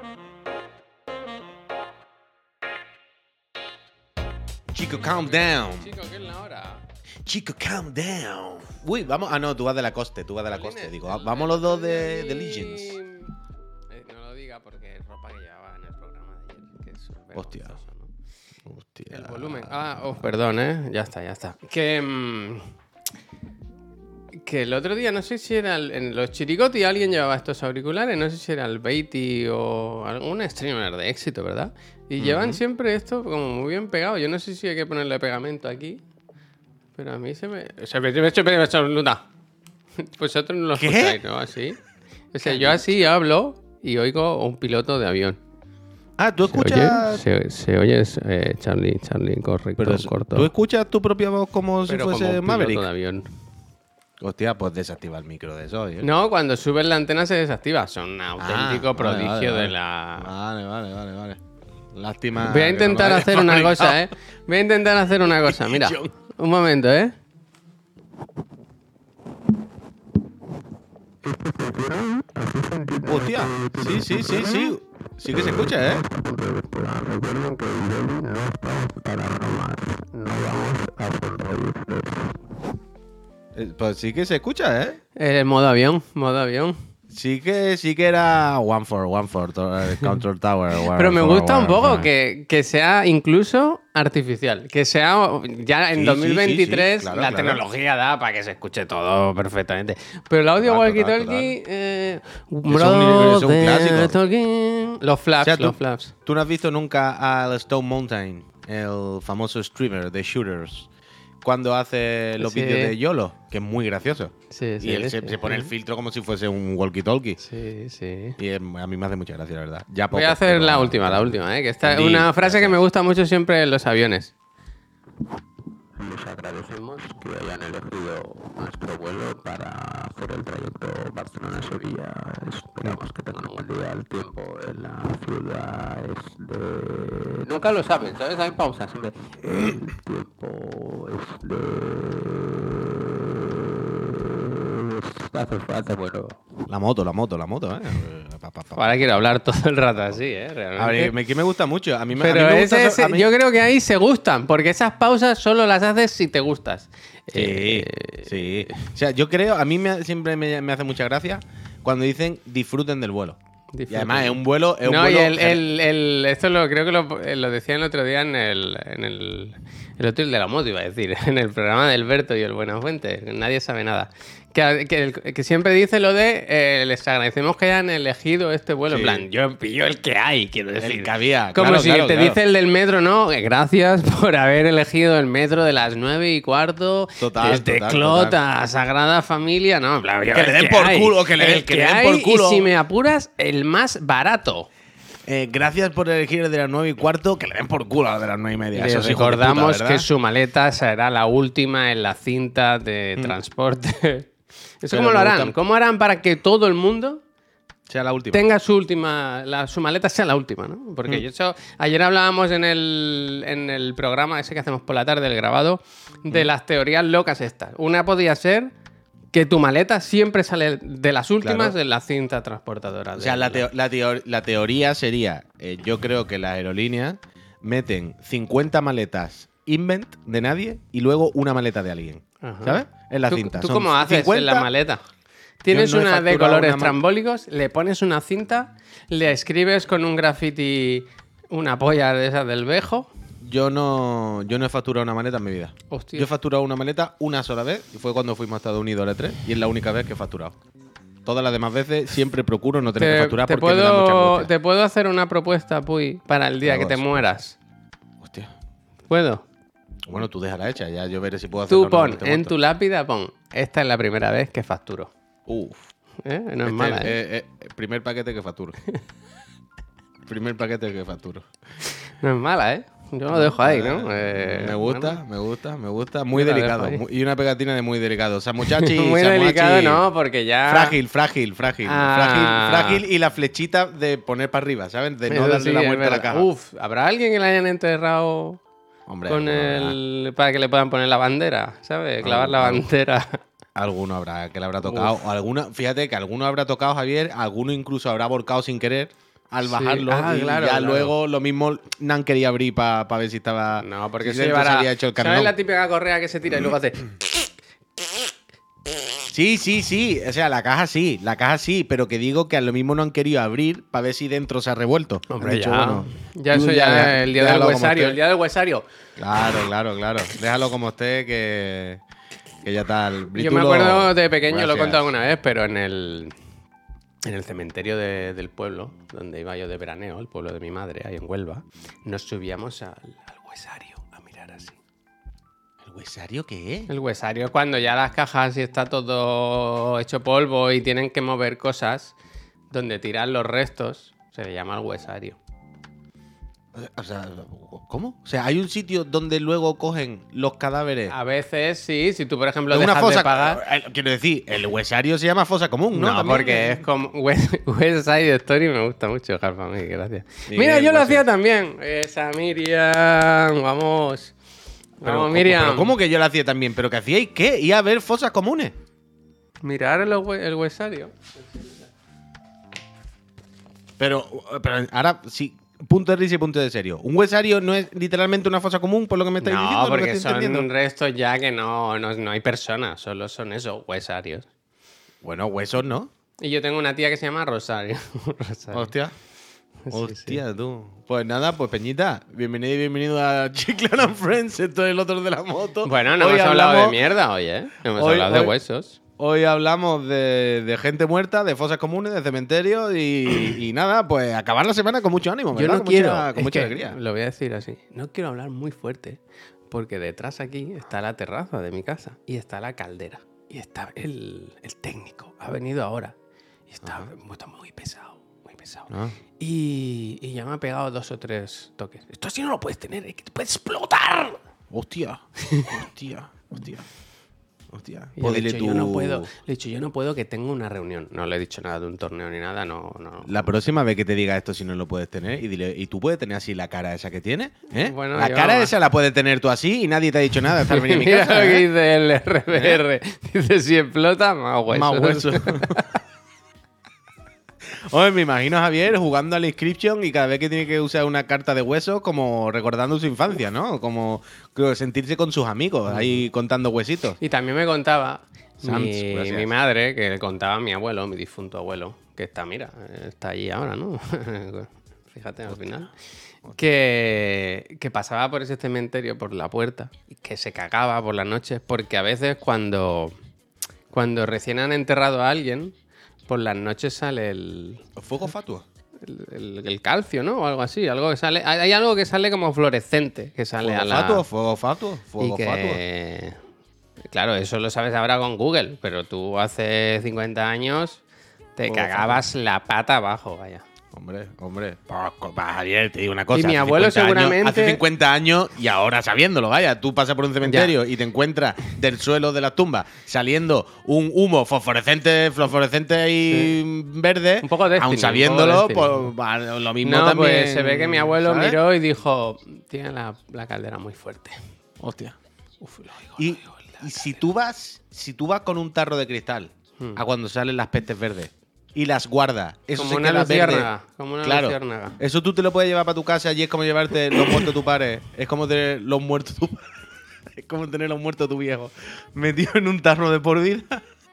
Chico, calm down. Chico, ¿qué es la hora? Chico, calm down. Uy, vamos. Ah, no, tú vas de la coste, Digo, vamos los dos de Legends. No lo diga porque es ropa que llevaba en el programa de ayer. Que es Hostia. vergonzoso, ¿no? Hostia. El volumen. Perdón, Ya está. Que el otro día, no sé si era en los Chiricoti alguien llevaba estos auriculares, no sé si era el Beatty o algún streamer de éxito, ¿verdad? Y llevan siempre esto como muy bien pegado. Yo no sé si hay que ponerle pegamento aquí, pero a mí se me saluda. Vosotros no lo escucháis, ¿no? Así. O sea, yo así hablo y oigo a un piloto de avión. Ah, tú escuchas. Se oye Charlie, corto. ¿Tú escuchas tu propia voz como pero si fuese como un Maverick? piloto de avión. Hostia, pues desactiva el micro de eso, ¿eh? No, cuando subes la antena se desactiva. Son un auténtico prodigio de la... Vale. Lástima. Voy a intentar hacer una cosa, Voy a intentar hacer una cosa. Mira, un momento, Hostia, sí. Sí que se escucha, Recuerden que el Delhi no estamos para bromas. No vamos a sonreír. Pues sí que se escucha, Modo avión. Sí que era One for Control Tower. Pero me gusta un poco que sea incluso artificial. Que sea ya en Sí, 2023 sí, claro, la tecnología da para que se escuche todo perfectamente. Pero el audio walkie-talkie... es un clásico. Los flaps, O sea, los flaps. ¿Tú no has visto nunca al Stone Mountain, el famoso streamer de shooters, cuando hace los Sí. vídeos de YOLO? Que es muy gracioso. Sí, Y él se pone el filtro como si fuese un walkie-talkie. Sí. Y a mí me hace mucha gracia, la verdad. Ya Voy poco, a hacer pero- la última, que esta es Di, una frase que me gusta mucho siempre en los aviones. Les agradecemos que hayan elegido nuestro vuelo para hacer el trayecto Barcelona-Sevilla. Esperamos que tengan un buen día. El tiempo en la ciudad es de... Nunca lo saben, ¿sabes? Hay pausas. El tiempo es de... Hace bueno. La moto, Ahora quiero hablar todo el rato así, realmente. A ver, que me gusta mucho. A mí me Pero gusta. yo creo que ahí se gustan, porque esas pausas solo las haces si te gustas. Sí. O sea, yo creo, siempre me hace mucha gracia cuando dicen disfruten del vuelo. Y además es un vuelo. Esto creo que lo decía el otro día en el hotel de la moto, iba a decir, en el programa de Alberto y el Buenafuente. Nadie sabe nada. Que siempre dice lo de les agradecemos que hayan elegido este vuelo. Sí. En plan, yo pillo el que hay, quiero decir. El que había. Como Claro, si claro, te claro. dice el del metro, ¿no? Gracias por haber elegido el metro de las 9:15 desde Clot a Sagrada Familia. No, en plan, Que le den por culo, que le den por culo. Y si me apuras, el más barato. Gracias por elegir el de las 9:15, que le den por culo a los de las 9:30. Les recordamos que su maleta será la última en la cinta de transporte. ¿Eso Pero cómo lo me harán? gusta- ¿Cómo harán para que todo el mundo sea la última. tenga su última, su maleta sea la última, ¿no? Porque ayer hablábamos en el programa ese que hacemos por la tarde, el grabado, de las teorías locas estas. Una podía ser que tu maleta siempre sale de las últimas Claro. de la cinta transportadora. O sea, la teoría sería, yo creo que las aerolíneas meten 50 maletas invent de nadie y luego una maleta de alguien. Ajá. ¿Sabes? En la ¿Tú, cinta. ¿Tú Son cómo haces 50. en la maleta? Tienes Yo no he una de facturado colores una trambólicos, le pones una cinta, le escribes con un graffiti una polla de esas del Bejo. Yo no he facturado una maleta en mi vida. Hostia. Yo he facturado una maleta una sola vez y fue cuando fuimos a Estados Unidos a E3 y es la única vez que he facturado. Todas las demás veces siempre procuro no tener que facturar porque me da mucha angustia. te puedo hacer una propuesta, Puy, para el día que te Vamos. mueras. Hostia. ¿Puedo? Bueno, tú déjala hecha, ya yo veré si puedo hacerlo. Tú o no pon cuando esté en muerto. tu lápida, pon, esta es la primera vez que facturo. Uf. No es mala, Primer paquete que facturo. Primer paquete que facturo. No es mala, Yo lo dejo ahí, ¿no? Me gusta, me gusta. Muy Yo la delicado. dejo ahí. Y una pegatina de muy delicado. Samuchachi. Muy delicado, no, porque ya... Frágil. Ah. Frágil y la flechita de poner para arriba, ¿sabes? De no Eso darle sí, la es vuelta a la verdad. caja. Uf, ¿habrá alguien que le hayan enterrado Hombre, con para que le puedan poner la bandera? ¿Sabes? Clavar la Algo. bandera. Alguno habrá que le habrá tocado. O alguna, fíjate que alguno habrá tocado, Javier. Alguno incluso habrá volcado sin querer. al Sí. bajarlo. Ah, Y claro, ya claro. luego lo mismo no han querido abrir para ver si estaba. No, porque si se dentro llevará... había hecho el ¿Sabes carnón. la típica correa que se tira y luego hace... Sí. O sea, la caja sí, pero que digo que a lo mismo no han querido abrir para ver si dentro se ha revuelto. Hombre, Han dicho, ya. bueno, Ya tú eso ya es el día del déjalo como huesario. esté. El día del huesario. Claro. Déjalo como esté, que ya tal. Yo me acuerdo de pequeño, lo he Gracias. contado alguna vez, pero en el cementerio del pueblo, donde iba yo de veraneo, el pueblo de mi madre, ahí en Huelva, nos subíamos al huesario a mirar así. ¿El huesario qué es? El huesario es cuando ya las cajas y está todo hecho polvo y tienen que mover cosas donde tiran los restos, se le llama el huesario. O sea, ¿cómo? O sea, hay un sitio donde luego cogen los cadáveres. A veces sí, si tú por ejemplo Es una dejas fosa. de pagar... Quiero decir, el huesario se llama fosa común, ¿no? No, También. porque es como West Side Story me gusta mucho, Jarfa, mí, gracias. Miguel, Mira, yo lo gracias. hacía también. Esa Miriam, vamos. Vamos, Miriam. Pero ¿cómo que yo lo hacía también? ¿Pero que hacíais qué? ¿Ir a ver fosas comunes? Mirar el huesario. Pero ahora sí, punto de risa y punto de serio. ¿Un huesario no es literalmente una fosa común, por lo que me estáis diciendo? No, lo que porque estoy son entendiendo? restos ya que no hay personas, solo son esos huesarios. Bueno, huesos, ¿no? Y yo tengo una tía que se llama Rosario. Rosario. Hostia. Sí, Hostia, tú. Pues nada, pues Peñita, bienvenido a Chiclan and Friends. Esto es el otro de la moto. Bueno, no Hoy hemos hablado de hablamos- mierda hoy, ¿eh? Hemos hoy- hablado de hoy- huesos. Hoy hablamos de gente muerta, de fosas comunes, de cementerios y nada, pues acabar la semana con mucho ánimo, Yo ¿verdad? no Con quiero, mucha, con es mucha que alegría. lo voy a decir así, no quiero hablar muy fuerte, porque detrás aquí está la terraza de mi casa y está la caldera y está el técnico, ha venido ahora y está muy pesado, muy pesado. Ah. Y ya me ha pegado 2 o 3 toques. Esto así no lo puedes tener, es que te puede explotar. Hostia. Y Pues yo le he dile dicho, tú- yo no puedo, le he dicho, yo no puedo, que tengo una reunión. No le he dicho nada de un torneo ni nada, no. La próxima vez que te diga esto, si no lo puedes tener, y dile, ¿y tú puedes tener así la cara esa que tienes? ¿Eh? Bueno, la yo- cara esa la puedes tener tú así y nadie te ha dicho nada hasta venir a mi Mira casa. lo que ¿eh? dice el RBR. Dice, si explota, más huesos. Más hueso. Oye, me imagino a Javier jugando a la Inscription y cada vez que tiene que usar una carta de huesos, como recordando su infancia, ¿no? Como sentirse con sus amigos, ahí contando huesitos. Y también me contaba Sans, mi gracias. madre, que le contaba a mi abuelo, mi difunto abuelo, que está, mira, está allí ahora, ¿no? Fíjate al final. Que pasaba por ese cementerio, por la puerta, y que se cagaba por las noches, porque a veces cuando recién han enterrado a alguien, por las noches sale el Fuego fatuo. calcio, ¿no? O algo así, algo que sale, hay algo que sale como fluorescente, que sale a la... Fuego fatuo. Y que, claro, eso lo sabes ahora con Google, pero tú hace 50 años te Fuego cagabas la pata abajo, vaya. Hombre. Javier, te digo una cosa. Y mi hace abuelo 50 años- seguramente- hace 50 años y ahora sabiéndolo, vaya. Tú pasas por un cementerio y te encuentras del suelo de las tumbas saliendo un humo fosforescente y verde. Un poco Destiny, Aun un sabiéndolo, poco pues Destiny. va, lo mismo No, también. pues se ve que mi abuelo ¿sabes? miró y dijo, tiene la caldera muy fuerte. Hostia. Uf, lo oigo, Y, lo oigo, la y si tú vas con un tarro de cristal a cuando salen las pestes verdes y las guardas, eso Como se una queda verde. luciérnaga, como una Claro. luciérnaga. Eso tú te lo puedes llevar para tu casa y es como llevarte los muertos de tu padre. Es como tener los muertos de tu Es como tener los muertos de tu viejo metido en un tarro de por vida.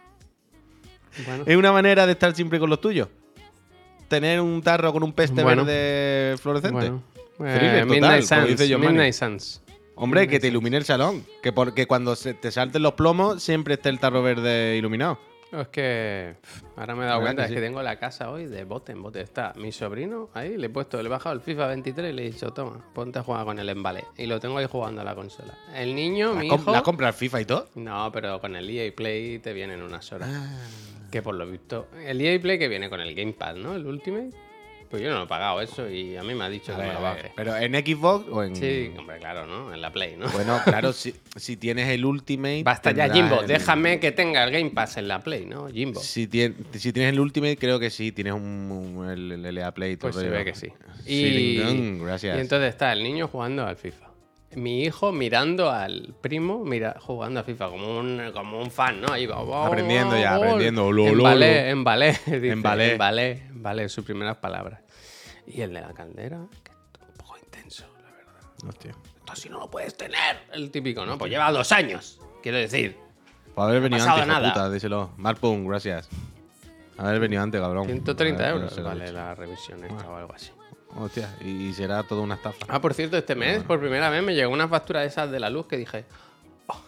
Bueno, Es una manera de estar siempre con los tuyos. Tener un tarro con un peste Bueno. verde fluorescente. bueno. Thriller total, Midnight como Suns, dice John Money. Midnight Suns. Hombre, que te ilumine el salón. Que cuando te salten los plomos siempre esté el tarro verde iluminado. Es que ahora me he dado ¿Verdad cuenta, que es sí? que tengo la casa hoy de bote en bote. Está mi sobrino ahí, le he bajado el FIFA 23 y le he dicho, toma, ponte a jugar con el Embalé. Y lo tengo ahí jugando a la consola. El niño, mi hijo... ¿La compras FIFA y todo? No, pero con el EA Play te vienen unas horas. Ah. Que por lo visto... El EA Play que viene con el Game Pass, ¿no? El Ultimate. Pues yo no lo he pagado eso y a mí me ha dicho que me lo baje. ¿Pero en Xbox o en...? Sí, hombre, claro, ¿no? En la Play, ¿no? Bueno, claro, si tienes el Ultimate... Basta ya, tendrás Jimbo. el- Déjame que tenga el Game Pass en la Play, ¿no? Jimbo. Si tienes el Ultimate, creo que sí. Tienes el LA Play. y todo Pues el se rollo. ve que sí. Sí, gracias. Y entonces está el niño jugando al FIFA. Mi hijo mirando al primo jugando al FIFA como un fan, ¿no? Ahí va, Aprendiendo ya, gol. aprendiendo. En ballet, dice, En ballet. en ballet, sus primeras palabras. Y el de la caldera, que es un poco intenso, la verdad. Hostia. Esto así no lo puedes tener. El típico, ¿no? Pues lleva 2 años, quiero decir. Por haber venido pasado antes, hijo nada. puta, díselo. Marpun, gracias. Haber venido antes, cabrón. 130 Haber euros se lo he vale dicho. la revisión esta o algo así. Hostia, y será toda una estafa. Ah, por cierto, este mes, por primera vez, me llegó una factura de esas de la luz que dije... "Oh,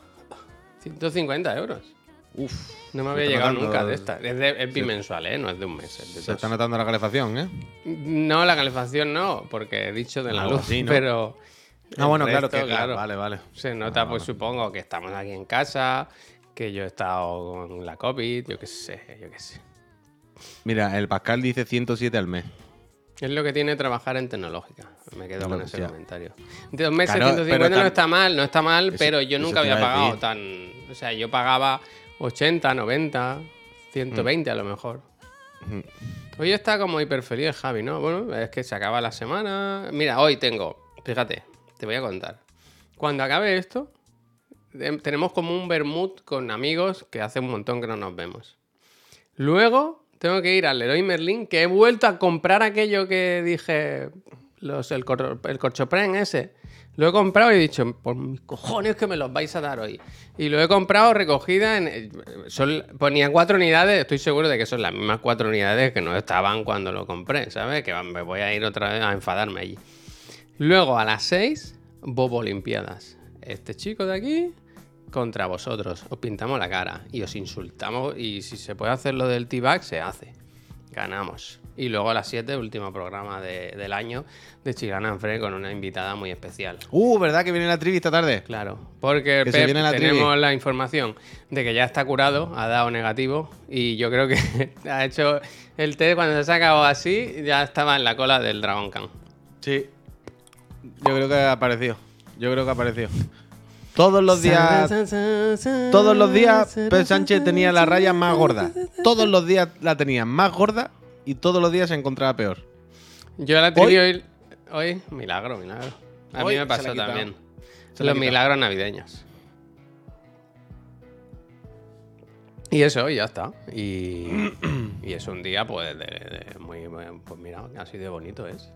150 euros. Uf. No me se había está llegado notando- nunca de esta. Es bimensual, ¿eh? No es de un mes. Es de Se 2. está notando la calefacción, ¿eh? No, la calefacción no, porque he dicho de la Algo luz, así, ¿no? pero... Ah, bueno, el claro, resto, que vale, vale. Se nota, pues supongo, que estamos aquí en casa, que yo he estado con la COVID, yo qué sé. Mira, el Pascal dice 107 al mes. Es lo que tiene trabajar en tecnológica. Me quedo con ese Hostia. comentario. De 2 meses, Claro, 150 pero no está mal, Eso- pero yo eso nunca te había iba a pagado decir. tan... O sea, yo pagaba 80, 90, 120 a lo mejor. Hoy está como hiper feliz Javi, ¿no? Bueno, es que se acaba la semana. Mira, hoy tengo, fíjate, te voy a contar. Cuando acabe esto, tenemos como un vermut con amigos que hace un montón que no nos vemos. Luego tengo que ir al Leroy Merlin, que he vuelto a comprar aquello que dije, el corchoprén ese. Lo he comprado y he dicho, por mis cojones que me los vais a dar hoy. Y lo he comprado recogida en... ponía 4 unidades, estoy seguro de que son las mismas 4 unidades que no estaban cuando lo compré, ¿sabes? Que me voy a ir otra vez a enfadarme allí. Luego a las 6, Bobo Olimpiadas. Este chico de aquí contra vosotros. Os pintamos la cara y os insultamos. Y si se puede hacer lo del T-Bag, se hace. Ganamos. Y luego a las 7, último programa del año de Chiclana en Fre con una invitada muy especial. ¿Verdad que viene la trivi esta tarde? Claro, porque Que se Pep, viene la tenemos trivi. la información de que ya está curado, ha dado negativo y yo creo que ha hecho el test cuando se ha sacado así, ya estaba en la cola del Dragon Khan. Sí. Yo creo que ha aparecido. Todos los días Pep Sánchez tenía la raya más gorda. Todos los días la tenía más gorda y todos los días se encontraba peor. Yo la trivi hoy, milagro. A Hoy mí me se la pasó ha quitado. también. Se la ha Los quitado. milagros navideños. Y eso, y ya está. Y es un día, pues, pues mira, así de bonito es.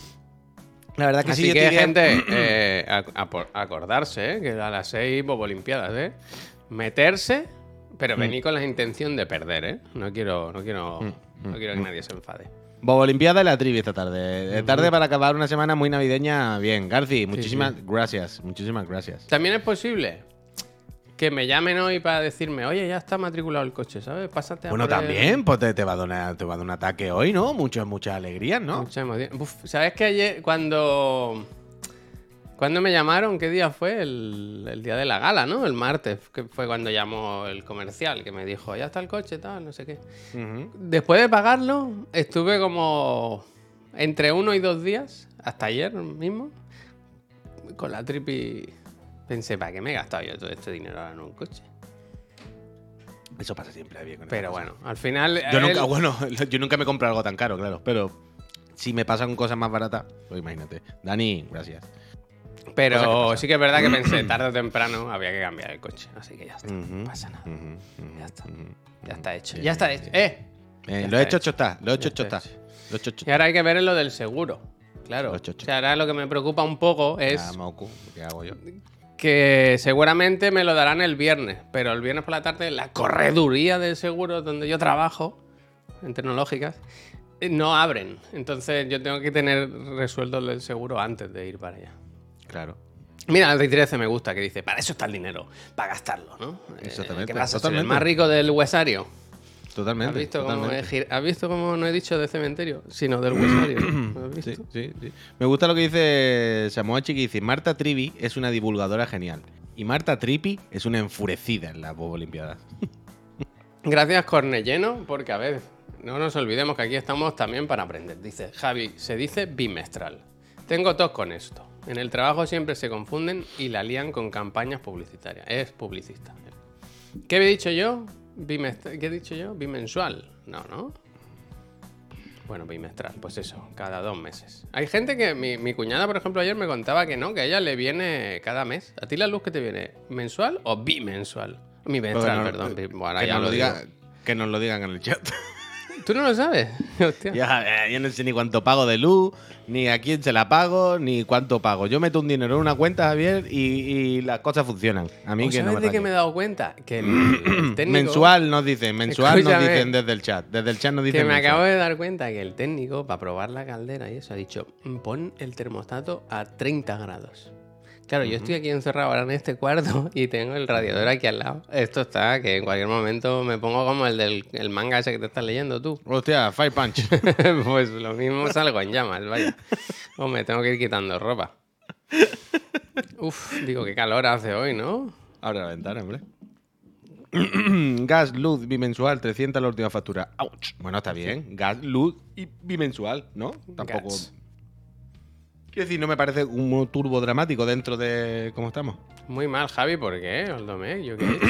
La verdad que Así sí, yo que, te diría- gente, acordarse, que a las 6 Bobo Olimpiadas, meterse, pero venir con la intención de perder, ¿eh? No quiero que nadie se enfade. Bobo Olimpiada y la trivi esta tarde. De tarde para acabar una semana muy navideña. Bien, Garci, muchísimas gracias. Muchísimas gracias. También es posible que me llamen hoy para decirme, oye, ya está matriculado el coche, ¿sabes? Pásate a Bueno, por él". también, pues te va a dar un ataque hoy, ¿no? Muchas alegrías, ¿no? Mucha emoción. Uf, ¿sabes que ayer cuando me llamaron? ¿Qué día fue? El día de la gala, ¿no? El martes, que fue cuando llamó el comercial, que me dijo, ya está el coche, tal, no sé qué. Ujú. Después de pagarlo, estuve como entre 1 y 2 días, hasta ayer mismo, con la tripi. Pensé, ¿para qué me he gastado yo todo este dinero ahora en un coche? Eso pasa siempre bien. con Pero estas bueno, al final... cosas. Yo nunca me compro algo tan caro, claro. Pero si me pasan cosas más baratas, pues imagínate. Dani, gracias. Pero Cosas que pasan. sí que es verdad que pensé, tarde o temprano había que cambiar el coche. Así que ya está, Ujú, no pasa nada. ujú, Ya está. ujú. Ya está hecho. Bien, Ya está bien, hecho. bien. Ya Lo he está hecho, está. Lo he hecho, Ya está está. hecho. Lo he hecho, Y ahora hay que ver en lo del seguro. Claro. Ocho, ocho. O sea, ahora lo que me preocupa un poco es Ya, Moku, ¿qué hago yo? que seguramente me lo darán el viernes, pero el viernes por la tarde la correduría del seguro donde yo trabajo, en tecnológicas, no abren. Entonces yo tengo que tener resuelto el seguro antes de ir para allá. Claro. Mira, el Rey 13 me gusta, que dice, para eso está el dinero, para gastarlo, ¿no? Exactamente, ¿Qué vas a ser, el totalmente. más rico del huesario? Totalmente. ¿Has visto cómo no he dicho de cementerio, sino del huesario? ¿Has Sí, visto? sí, sí. Me gusta lo que dice Samoachi, que dice, Marta Trivi es una divulgadora genial. Y Marta Tripi es una enfurecida en las Bobo Olimpiadas. Gracias, Cornelleno, porque a ver, no nos olvidemos que aquí estamos también para aprender. Dice, Javi, se dice bimestral. Tengo tos con esto. En el trabajo siempre se confunden y la lían con campañas publicitarias. Es publicista. ¿Qué he dicho yo? ¿Qué he dicho yo? Bimensual. No. Bueno, bimestral, pues eso, cada 2 meses. Hay gente que, mi cuñada, por ejemplo, ayer me contaba que no, que a ella le viene cada mes. ¿A ti la luz que te viene? ¿Mensual o bimensual? Bimestral, perdón. Bueno, que, ya nos lo lo digo. que nos lo digan en el chat. ¿Tú no lo sabes? Hostia. Ya, yo no sé ni cuánto pago de luz, ni a quién se la pago, ni cuánto pago. Yo meto un dinero en una cuenta, Javier, y las cosas funcionan. A mí ¿O que no sabes me de qué raye. me he dado cuenta? Que el técnico... Mensual nos dicen Escúchame. desde el chat. Desde el chat nos dicen Que me mensual. acabo de dar cuenta que el técnico, para probar la caldera y eso, ha dicho, pon el termostato a 30 grados. Claro, yo estoy aquí encerrado ahora en este cuarto y tengo el radiador aquí al lado. Esto está, que en cualquier momento me pongo como el del el manga ese que te estás leyendo tú. Hostia, Fire Punch. Pues lo mismo salgo en llamas, vaya. O me tengo que ir quitando ropa. Uf, digo, qué calor hace hoy, ¿no? Abre la ventana, hombre. Gas, luz, bimensual, 300 la última factura. ¡Auch! Bueno, está bien. Gas, luz y bimensual, ¿no? Tampoco. Gas. Quiero decir, no me parece un turbo dramático dentro de cómo estamos. Muy mal, Javi, ¿por qué? Oldomec, ¿yo qué he hecho?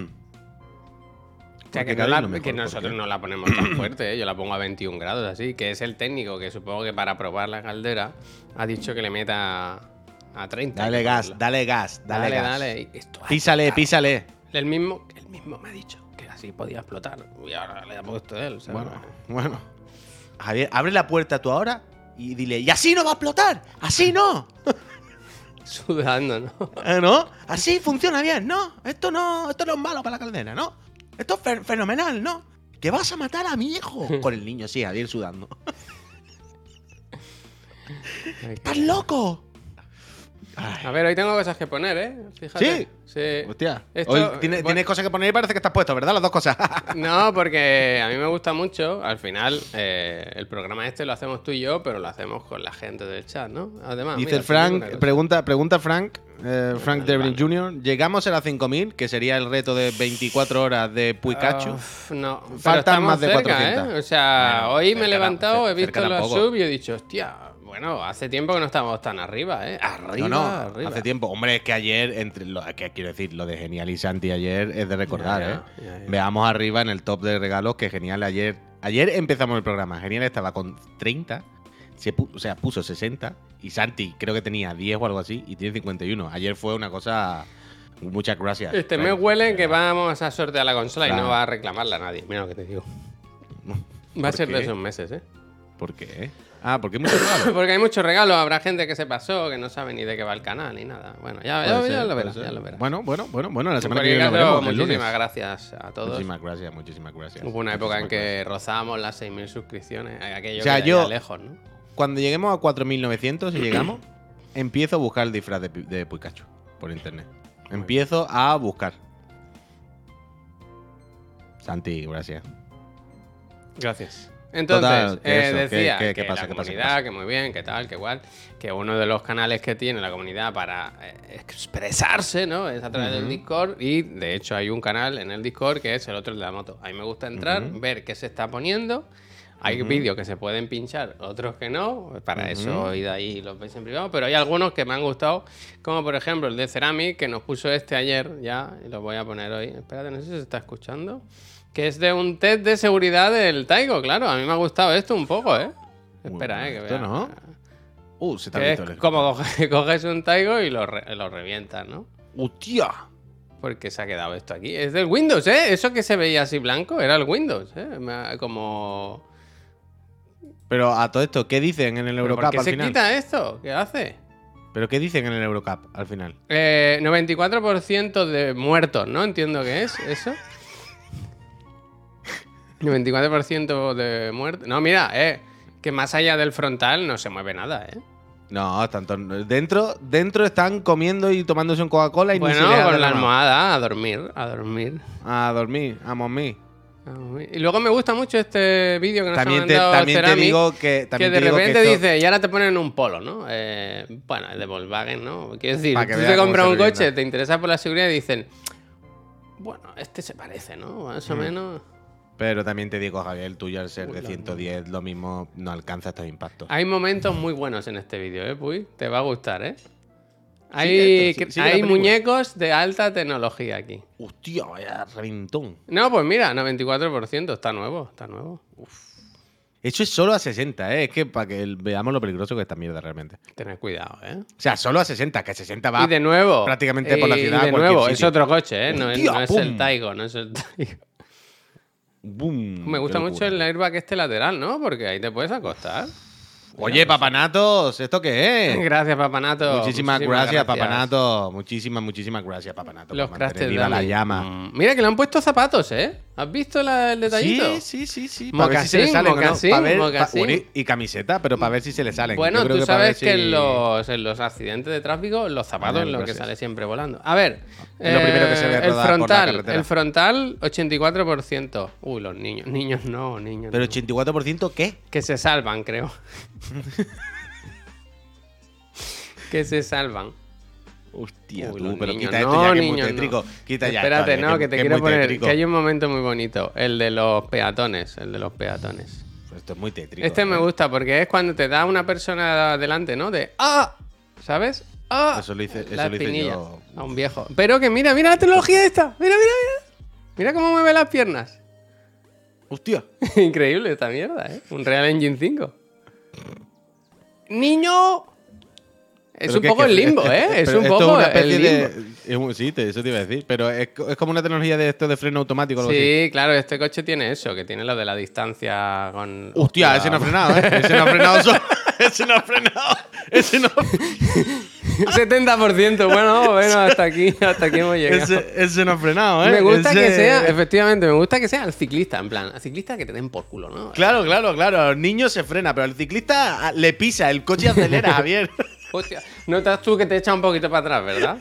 O sea, Porque que, cada uno mejor, que ¿por nosotros qué? no la ponemos tan fuerte, ¿eh? Yo la pongo a 21 grados, así. Que es el técnico que supongo que para probar la caldera ha dicho que le meta a 30. Dale gas, dale gas, dale gas. Dale. Y esto, Písale, písale. El mismo me ha dicho que así podía explotar. Y ahora le ha puesto él, ¿sabes? Bueno. Javier, abre la puerta tú ahora y dile, ¡y así no va a explotar! ¡Así no! Sudando, ¿no? ¿No? Así funciona bien, ¿no? Esto no es malo para la caldera, ¿no? Esto es fenomenal, ¿no? Que vas a matar a mi hijo. Con el niño, sí, Javier sudando. ¡Estás loco! A ver, hoy tengo cosas que poner, ¿eh? Fíjate. Sí. Hostia. Esto- Hoy tienes cosas que poner y parece que estás puesto, ¿verdad? Las dos cosas. No, porque a mí me gusta mucho. Al final, el programa este lo hacemos tú y yo, pero lo hacemos con la gente del chat, ¿no? Además, Dice mira, el te digo una Frank, cosa. pregunta Frank, Frank Devlin vale. Jr. ¿Llegamos a las 5.000, que sería el reto de 24 horas de Puikachu? No, pero Faltan estamos más de cerca, 400. ¿eh? O sea, Bueno, hoy me he cerca levantado, he visto cerca la tampoco. sub y he dicho, hostia, bueno, hace tiempo que no estamos tan arriba, ¿eh? Arriba, No, arriba. hace tiempo. Hombre, es que ayer, que quiero decir, lo de Genial y Santi ayer es de recordar, Ya. Veamos arriba en el top de regalos que Genial ayer empezamos el programa. Genial estaba con 30, puso 60 y Santi creo que tenía 10 o algo así y tiene 51. Ayer fue una cosa... Muchas gracias. Este Frank. me huele que vamos a sortear la consola y Claro. no va a reclamarla a nadie. Mira lo que te digo. Va a ¿Por ser de qué? esos meses, ¿eh? ¿Por qué? Ah, porque hay mucho regalo. Porque hay muchos regalos, habrá gente que se pasó, que no sabe ni de qué va el canal ni nada. Bueno, ya Puede ser, lo puede verás, ser. ya lo verás. Bueno, la semana En que cualquier viene lo caso, veremos, el lunes. muchísimas gracias a todos. Muchísimas gracias. Hubo una época en Muchísimas que rozábamos las 6.000 suscripciones. Aquello O sea, que yo- ya lejos, ¿no? Cuando lleguemos a 4.900, si llegamos, empiezo a buscar el disfraz de Pikachu por internet. Empiezo a buscar. Santi, gracias. Gracias. Entonces, Total, que eso, decía ¿qué que pasa, la qué pasa, qué comunidad, pasa? que muy bien, que tal, que igual, que uno de los canales que tiene la comunidad para expresarse, ¿no? Es a través del Discord y, de hecho, hay un canal en el Discord que es el otro, el de la moto. Ahí me gusta entrar, ver qué se está poniendo. Hay vídeos que se pueden pinchar, otros que no. Para eso id ahí y los veis en privado. Pero hay algunos que me han gustado, como por ejemplo el de Ceramic, que nos puso este ayer ya, y lo voy a poner hoy. Espérate, no sé si se está escuchando. Que es de un test de seguridad del Taigo, claro. A mí me ha gustado esto un poco, ¿eh? Espera, que Esto vea. no. Se te ha Que visto es el... como coges un Taigo y lo revientas, ¿no? ¡Hostia! Porque se ha quedado esto aquí. Es del Windows, ¿eh? Eso que se veía así blanco era el Windows, ¿eh? Como... Pero a todo esto, ¿qué dicen en el ¿Pero Eurocup ¿Por qué al se final? quita esto? ¿Qué hace? ¿Pero qué dicen en el Eurocup al final? 94% de muertos, ¿no? Entiendo que es eso. 94% de muertos. No, mira, que más allá del frontal no se mueve nada, ¿eh? No, tanto dentro están comiendo y tomándose un Coca-Cola y ni se Bueno, les ha con la derramado. almohada, a dormir, a dormir. A dormir, a momir. Y luego me gusta mucho este vídeo que nos También ha te, mandado también te Ceramic, digo que... que También de te digo que repente esto- dice, y ahora te ponen un polo, ¿no? Bueno, el de Volkswagen, ¿no? Quiero decir, Pa' que tú vea te cómo compras se un revienta. coche, te interesa por la seguridad y dicen, bueno, este se parece, ¿no? Más o menos. Pero también te digo, Javier, el tuyo al ser de 110 lo mismo no alcanza estos impactos. Hay momentos muy buenos en este vídeo, ¿eh, Puy? Te va a gustar, ¿eh? Hay, sigue la hay película. muñecos de alta tecnología aquí. Hostia, vaya reventón. No, pues mira, 94%, está nuevo, está nuevo. Eso es solo a 60, ¿eh? Es que para que veamos lo peligroso que es esta mierda realmente. Tened cuidado, ¿eh? O sea, solo a 60, que a 60 va Y de nuevo. prácticamente por la ciudad Y a de cualquier nuevo, es sitio. otro coche, ¿eh? No, Hostia, no es pum. el Taigo, no es el Taigo. ¡Bum! Me gusta Qué mucho locura. el airbag este lateral, ¿no? Porque ahí te puedes acostar. Oye, papanatos, ¿esto qué es? Gracias, Papanato. Muchísimas gracias, papanato. Muchísimas gracias, papanato. Los por mantener crashes viva la Dami. llama. Mira que le han puesto zapatos, ¿eh? ¿Has visto el detallito? Sí. Mocasín, mocasín, mocasín. Bueno, y camiseta, pero para ver si se le salen. Bueno, Yo creo tú para ver sabes que si- en los accidentes de tráfico los zapatos Ah, es lo que gracias. sale siempre volando. A ver, Es lo primero que se ve el rodar por la carretera. el frontal 84%. Uy, los niños no. Pero 84%, ¿qué? Que se salvan, creo. Que se salvan. Hostia, Uy, tú, los pero niños quita esto no, ya que es muy niños tétrico. no. Quita ya. Espérate, esto, no, ya, que te es quiero muy poner. tétrico. Que hay un momento muy bonito. El de los peatones. El de los peatones. Pues esto es muy tétrico. Este me gusta porque es cuando te da una persona delante, ¿no? De ¡ah! ¿Sabes? ¡Ah! Eso lo hice, La eso lo hice espinilla. yo. A un viejo. Pero que mira la tecnología esta. Mira. Mira cómo mueve las piernas. Hostia. Increíble esta mierda, ¿eh? Un Real Engine 5. ¡Niño! Es Pero un que- poco que- el limbo, ¿eh? Es pero un esto poco una el especie limbo. Sí, eso te iba a decir. Pero es como una tecnología de esto de freno automático o algo así. Sí, claro, este coche tiene eso, que tiene lo de la distancia con... Hostia, ese no ha frenado, ¿eh? Ese no ha frenado solo. Ese no ha frenado. Ese no. 70%, bueno, hasta aquí hemos llegado. Ese no ha frenado, ¿eh? Me gusta Ese- que sea, efectivamente, me gusta que sea el ciclista, en plan, al ciclista que te den por culo, ¿no? Claro. Al niño se frena, pero al ciclista le pisa, el coche acelera, Javier. Hostia, notas tú que te echa un poquito para atrás, ¿verdad?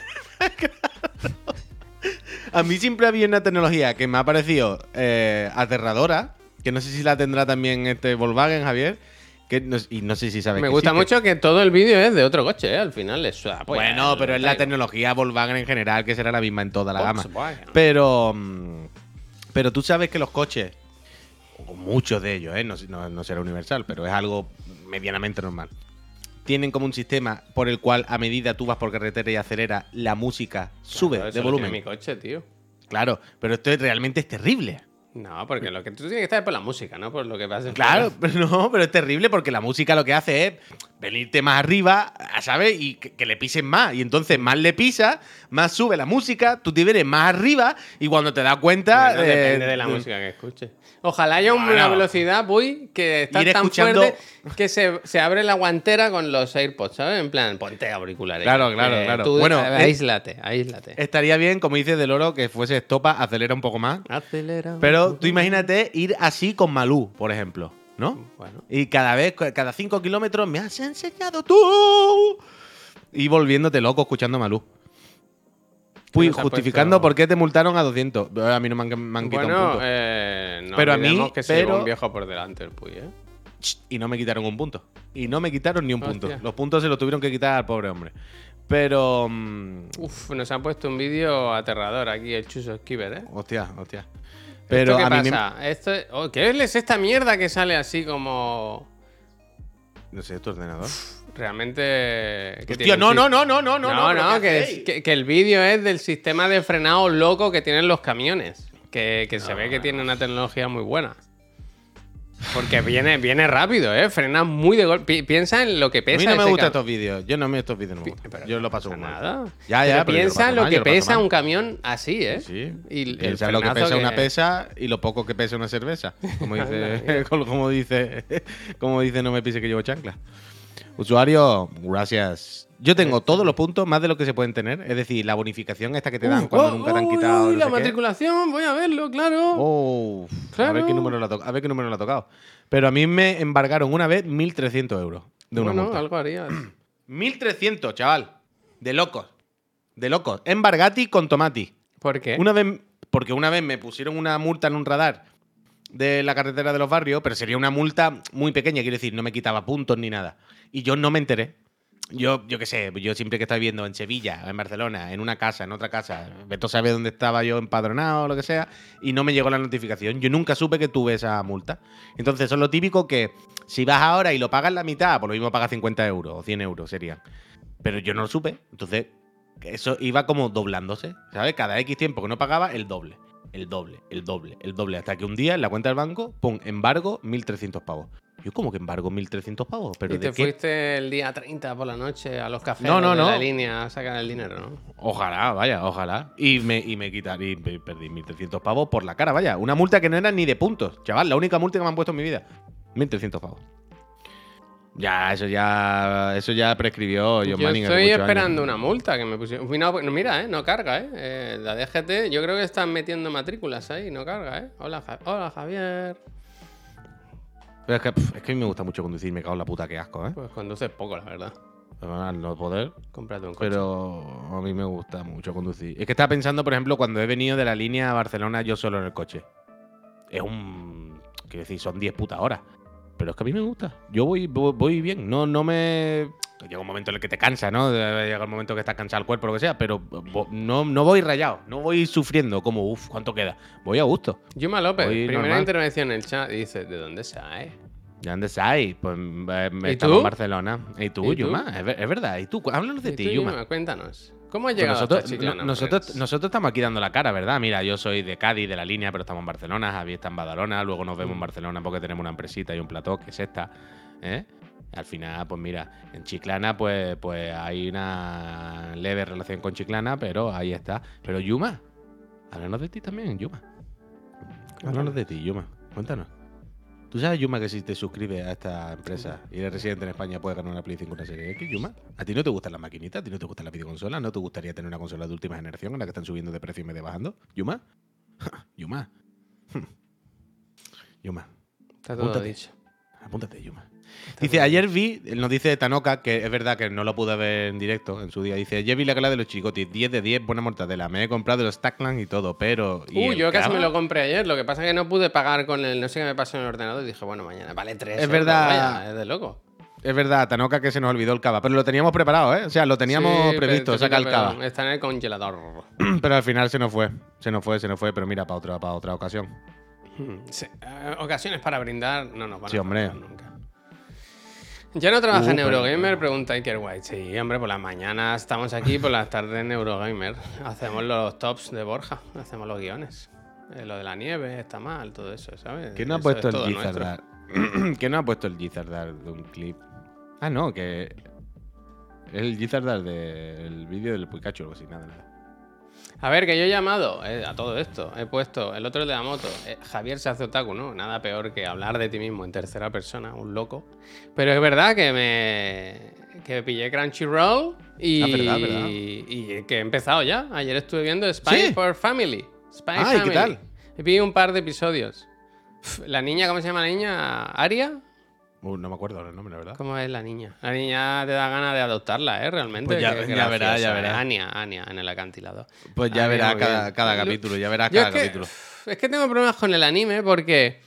A mí siempre había una tecnología que me ha parecido aterradora, que no sé si la tendrá también este Volkswagen, Javier, y no sé si sabes Me que gusta existe. mucho que todo el vídeo es de otro coche, ¿eh? Al final le suda. Pues, Bueno, pero es la traigo. tecnología Volkswagen en general, que será la misma en toda la gama. Volkswagen. Pero tú sabes que los coches, o muchos de ellos, no será universal, pero es algo medianamente normal, tienen como un sistema por el cual a medida tú vas por carretera y aceleras, la música sube Claro, eso de lo volumen. tiene mi coche, tío. Claro, pero esto realmente es terrible. No, porque lo que tú tienes que estar es por la música, no por lo que pasa. Claro, pero es terrible porque la música lo que hace es venirte más arriba, ¿sabes? Y que le pisen más. Y entonces más le pisa, más sube la música, tú te vienes más arriba y cuando te das cuenta... Bueno, depende de la música que escuches. Ojalá haya una Bueno. velocidad, Puy, que está Ir tan escuchando- fuerte que se abre la guantera con los AirPods, ¿sabes? En plan, ponte auriculares. Claro, claro. Tú, Bueno, aíslate. Estaría bien, como dices del oro, que fuese estopa, acelera un poco más. Acelera. Pero tú imagínate ir así con Malú, por ejemplo, ¿no? Bueno. Y cada 5 kilómetros me has enseñado tú. Y volviéndote loco escuchando a Malú. Uy, nos ha justificando puesto? por qué te multaron a 200. A mí no me han quitado un Bueno, punto. no Pero a mí, olvidemos que se llevó pero- un viejo por delante el Puy, ¿eh? Y no me quitaron un punto. Y no me quitaron ni un punto. Hostia. Los puntos se los tuvieron que quitar al pobre hombre. Pero... Uf, nos han puesto un vídeo aterrador aquí, el Chuso Esquiver, ¿eh? hostia. Pero ¿Esto qué a mí pasa? ¿Qué es esta mierda que sale así como... No sé, tu ordenador. Realmente... que Hostia, tiene un no, sis- no. No, ¿qué que, hacéis? que el vídeo es del sistema de frenado loco que tienen los camiones. Que se ve que tiene una tecnología muy buena. Porque viene rápido, ¿eh? Frena muy de golpe. Piensa en lo que A pesa mí no me ese gustan cam- estos vídeos. Yo no me estos vídeos no me gustan. Pero Yo no lo paso pasa mal. nada. Ya, Pero pero yo piensa paso en lo mal, que yo paso pesa mal. un camión así, ¿eh? Sí. Y el Piensa lo que frenazo pesa una pesa y lo poco que pesa una cerveza. Como dice, como dice no me pise que llevo chancla. Usuario, gracias. Yo tengo todos los puntos, más de lo que se pueden tener. Es decir, la bonificación esta que te dan cuando nunca te han quitado. no la sé qué. matriculación, voy a verlo, claro. Oh, a Claro. ver qué número le ha tocado. Pero a mí me embargaron una vez 1.300 euros de una bueno, multa. algo harías. 1.300, chaval. De locos. De locos. Embargati con tomati. ¿Por qué? Porque una vez me pusieron una multa en un radar de la carretera de los barrios, pero sería una multa muy pequeña, quiero decir, no me quitaba puntos ni nada. Y yo no me enteré. Yo qué sé, yo siempre que estaba viviendo en Sevilla, en Barcelona, en una casa, en otra casa, Beto sabe dónde estaba yo empadronado o lo que sea, y no me llegó la notificación. Yo nunca supe que tuve esa multa. Entonces, eso es lo típico que si vas ahora y lo pagas la mitad, por lo mismo pagas 50 euros o 100 euros serían. Pero yo no lo supe. Entonces, eso iba como doblándose, ¿sabes? Cada X tiempo que no pagaba, el doble. El doble. Hasta que un día en la cuenta del banco, pum, embargo, 1.300 pavos. Yo como que embargo 1.300 pavos, pero Y ¿de te qué? fuiste el día 30 por la noche a los cafés No, no, de no. la línea a sacar el dinero, ¿no? Ojalá, vaya, ojalá. Y me perdí 1.300 pavos por la cara, vaya. Una multa que no era ni de puntos, chaval. La única multa que me han puesto en mi vida. 1.300 pavos. Ya, eso ya prescribió John Yo Manning hace estoy muchos esperando años. una multa que me pusieron. No, mira, no carga, la DGT, yo creo que están metiendo matrículas ahí, no carga, Hola, hola Javier. Pero es que a mí me gusta mucho conducir, me cago en la puta, qué asco, Pues conduces poco, la verdad. Al no poder. Cómprate un coche. Pero a mí me gusta mucho conducir. Es que estaba pensando, por ejemplo, cuando he venido de la línea a Barcelona yo solo en el coche. Es un... Quiero decir, son 10 putas horas. Pero es que a mí me gusta. Yo voy bien. No me... Llega un momento en el que te cansa, ¿no? Llega un momento que estás cansado el cuerpo, lo que sea. Pero no voy rayado. No voy sufriendo como, ¿cuánto queda? Voy a gusto. Yuma López, Voy primera normal. intervención en el chat, dice, ¿de dónde sale? ¿Ya dónde estáis? Pues ¿Y estamos tú? en Barcelona. ¿Y tú, ¿Y tú? Yuma? Es verdad. ¿Y tú? Háblanos de ¿Y ti, tú, Yuma. Cuéntanos. ¿Cómo has Pues llegado nosotros, hasta Chiclana, nosotros, friends? nosotros estamos aquí dando la cara, ¿verdad? Mira, yo soy de Cádiz, de la línea, pero estamos en Barcelona. Javier está en Badalona. Luego nos vemos en Barcelona porque tenemos una empresita y un plató, que es esta. Al final, pues mira, en Chiclana pues hay una leve relación con Chiclana, pero ahí está. Pero Yuma, háblanos de ti también, Yuma. Háblanos de ti, Yuma. Cuéntanos. ¿Tú sabes, Yuma, que si te suscribes a esta empresa y eres residente en España puedes ganar una Play 5 y una Serie X, Yuma? ¿A ti no te gustan las maquinitas? ¿A ti no te gustan las videoconsolas? ¿No te gustaría tener una consola de última generación en la que están subiendo de precio y medio bajando? ¿Yuma? Yuma. Yuma. Está todo apúntate. dicho. Apúntate, Yuma. Dice, ayer nos dice Tanoka, que es verdad que no lo pude ver en directo en su día. Dice, ayer vi la gala de los chiricotis, 10 de 10, buena mortadela. Me he comprado los Stackland y todo, pero... ¿y el Yo casi cava? me lo compré ayer. Lo que pasa es que no pude pagar con el... No sé qué me pasó en el ordenador. Y dije, bueno, mañana vale 3 Es verdad. Vaya, es de loco. Es verdad, Tanoka, que se nos olvidó el cava. Pero lo teníamos preparado, ¿eh? O sea, lo teníamos Sí, previsto, pero- saca el cava. pero Está en el congelador. Pero al final se nos fue. Se nos fue, pero mira, para otra ocasión. Sí, ocasiones para brindar no nos van Sí, a hombre. faltar nunca. ¿Ya no trabaja en pero- Eurogamer? Pregunta Iker White. Sí, hombre, por las mañanas estamos aquí, por las tardes en Eurogamer. Hacemos los tops de Borja, hacemos los guiones. Lo de la nieve está mal, todo eso, ¿sabes? ¿Quién no ha Eso puesto es el todo nuestro. Gizardar? ¿Quién no ha puesto el Gizardar de un clip? Ah, no, que... Es el Gizardar del vídeo del Pikachu o algo así, nada. A ver, que yo he llamado a todo esto. He puesto el otro de la moto. Javier se hace otaku, ¿no? Nada peor que hablar de ti mismo en tercera persona, un loco. Pero es verdad que pillé Crunchyroll y, verdad. y que he empezado ya. Ayer estuve viendo Spy ¿Sí? for Family. Spy Ah, ¿y Family. qué tal? Vi un par de episodios. La niña, ¿cómo se llama la niña? ¿Aria? No me acuerdo el nombre, la verdad. ¿Cómo es la niña? La niña te da ganas de adoptarla, realmente. Pues ya- Qué ya verás, ya graciosa, verás. Ania, en el acantilado. Pues ya Ania, verás muy bien. cada capítulo, ya verás Yo cada es que, capítulo. Es que tengo problemas con el anime porque...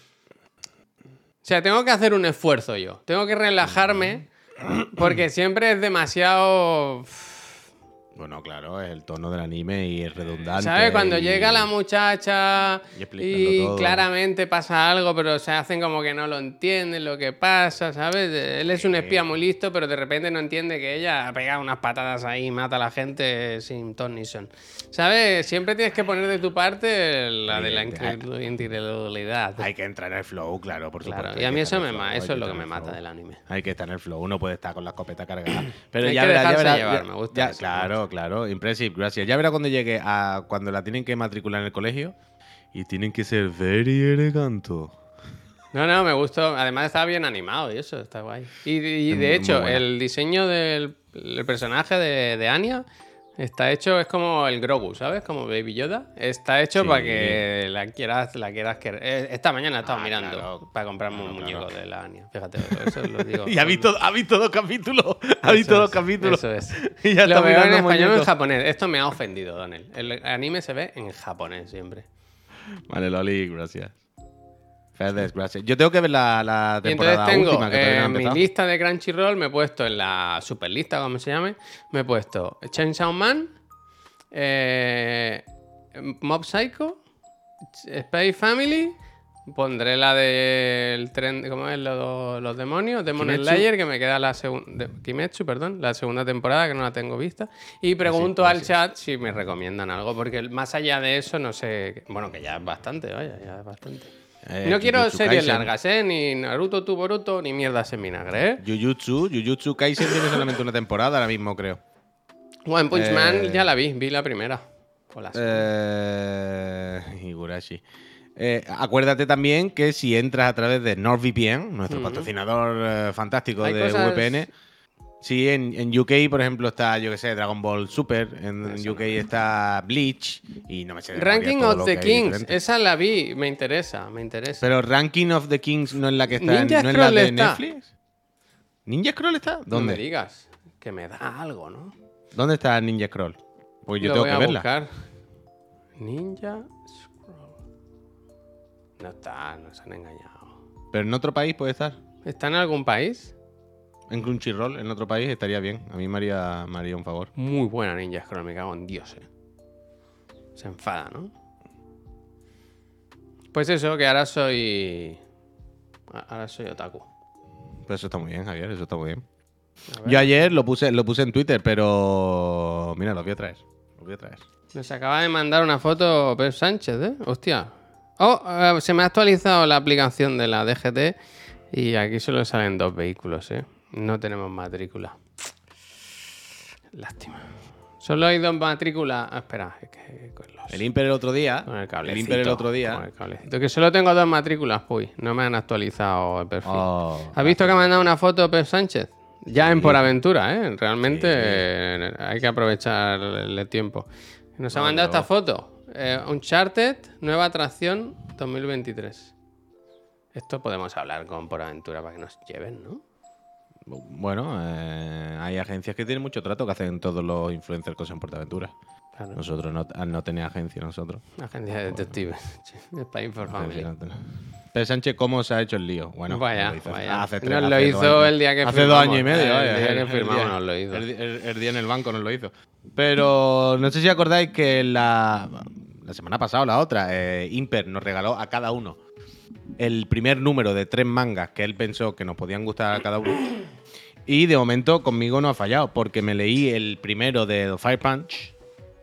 O sea, tengo que hacer un esfuerzo yo. Tengo que relajarme porque siempre es demasiado... Bueno, claro, es el tono del anime y es redundante. ¿Sabes? Cuando y- llega la muchacha y explicando y todo. claramente pasa algo, pero se hacen como que no lo entienden lo que pasa, ¿sabes? Él es un espía muy listo, pero de repente no entiende que ella ha pegado unas patadas ahí y mata a la gente sin ton ni son. ¿Sabes? Siempre tienes que poner de tu parte la de la incredulidad. Hay que entrar en el flow, claro, por Claro, supuesto. y a hay mí que eso estar en el flow, hay eso que es lo estar que en me el mata flow. del anime. Hay que estar en el flow, uno puede estar con la escopeta cargada. Pero Hay ya que verás, ya dejarse verás. llevar, ya- me gusta ya- eso, claro, impressive, gracias. Ya verás cuando llegue a cuando la tienen que matricular en el colegio y tienen que ser very elegante. No, me gustó. Además estaba bien animado y eso, está guay. Y Es de muy hecho, buena. el diseño del el personaje de Anya está hecho, es como el Grogu, ¿sabes? Como Baby Yoda. Está hecho Sí. para que la quieras querer. Esta mañana he estado mirando claro. para comprarme un muñeco de la Anya. Fíjate, eso lo digo. Y ha visto dos capítulos. Ha visto dos capítulos. Eso es. Y ya Lo está veo en mirando español o en muñecos. japonés. Esto me ha ofendido, Donel. El anime se ve en japonés siempre. Vale, Loli, gracias. Fedes, gracias. Yo tengo que ver la Y entonces temporada tengo última que todavía no ha mi empezado. lista de Crunchyroll, me he puesto en la superlista, como se llame, me he puesto Chainsaw Man, Mob Psycho, Spy Family, pondré la del tren, ¿cómo es? Los demonios, Demon Kimetsu. Slayer, que me queda la segunda, Kimetsu, perdón, la segunda temporada, que no la tengo vista, y pregunto al chat si me recomiendan algo, porque más allá de eso no sé, bueno, que ya es bastante, vaya, ya es bastante. No quiero Jujutsu series Kaisen. largas, Ni Naruto tu Boruto, ni mierdas en vinagre, Jujutsu Kaisen tiene solamente una temporada ahora mismo, creo. One Punch Man ya la vi la primera. O la segunda. Higurashi. Acuérdate también que si entras a través de NordVPN, nuestro patrocinador fantástico Hay de cosas- VPN, sí, en UK, por ejemplo, está, yo que sé, Dragon Ball Super, en Eso UK está Bleach, y no me sé de Ranking memoria todo of lo the que hay Kings, diferente. esa la vi, me interesa. Pero Ranking of the Kings no es la que está, Ninja no es la Scroll de está. Netflix. ¿Ninja Scroll está? No me ¿Dónde? digas, que me da algo, ¿no? ¿Dónde está Ninja Scroll? Pues yo Lo tengo voy que a verla. buscar. Ninja Scroll. No está, nos han engañado. Pero en otro país puede estar. ¿Está en algún país? En Crunchyroll, en otro país, estaría bien. A mí me haría un favor. Muy buena Ninja Scroll, me cago en Dios, Se enfada, ¿no? Pues eso, que ahora soy otaku. Pues eso está muy bien, Javier, eso está muy bien. A ver. Yo ayer lo puse en Twitter, pero mira, lo voy a traer. Nos acaba de mandar una foto Pep Sánchez, ¿eh? Hostia. Oh, se me ha actualizado la aplicación de la DGT y aquí solo salen 2 vehículos, ¿eh? No tenemos matrícula. Lástima. Solo hay 2 matrículas. Ah, espera, es que con los... El Imper el otro día. Con el cablecito. El Imper el otro Con día. el cablecito. Que solo tengo 2 matrículas, pues. No me han actualizado el perfil. Oh, ¿Has visto que me ha mandado una foto Pep Sánchez? Ya en Por Aventura, ¿eh? Realmente hay que aprovechar el tiempo. Nos ha mandado esta foto. Uncharted, nueva atracción 2023. Esto podemos hablar con Por Aventura para que nos lleven, ¿no? Bueno, hay agencias que tienen mucho trato que hacen todos los influencers cosas en Portaventura. Claro. Nosotros no, al no tener agencia, nosotros. Agencia de detectives. Es para informarme. Pero Sánchez, ¿cómo se ha hecho el lío? Bueno, Vaya, lo hizo vaya. hace Nos lo 2 hizo años. el día que hace firmamos. 2 años y medio, vaya. El día que firmamos nos lo hizo. El día en el banco nos lo hizo. Pero no sé si acordáis que la semana pasada o la otra, Imper nos regaló a cada uno el primer número de 3 mangas que él pensó que nos podían gustar a cada uno. Y de momento conmigo no ha fallado, porque me leí el primero de Fire Punch,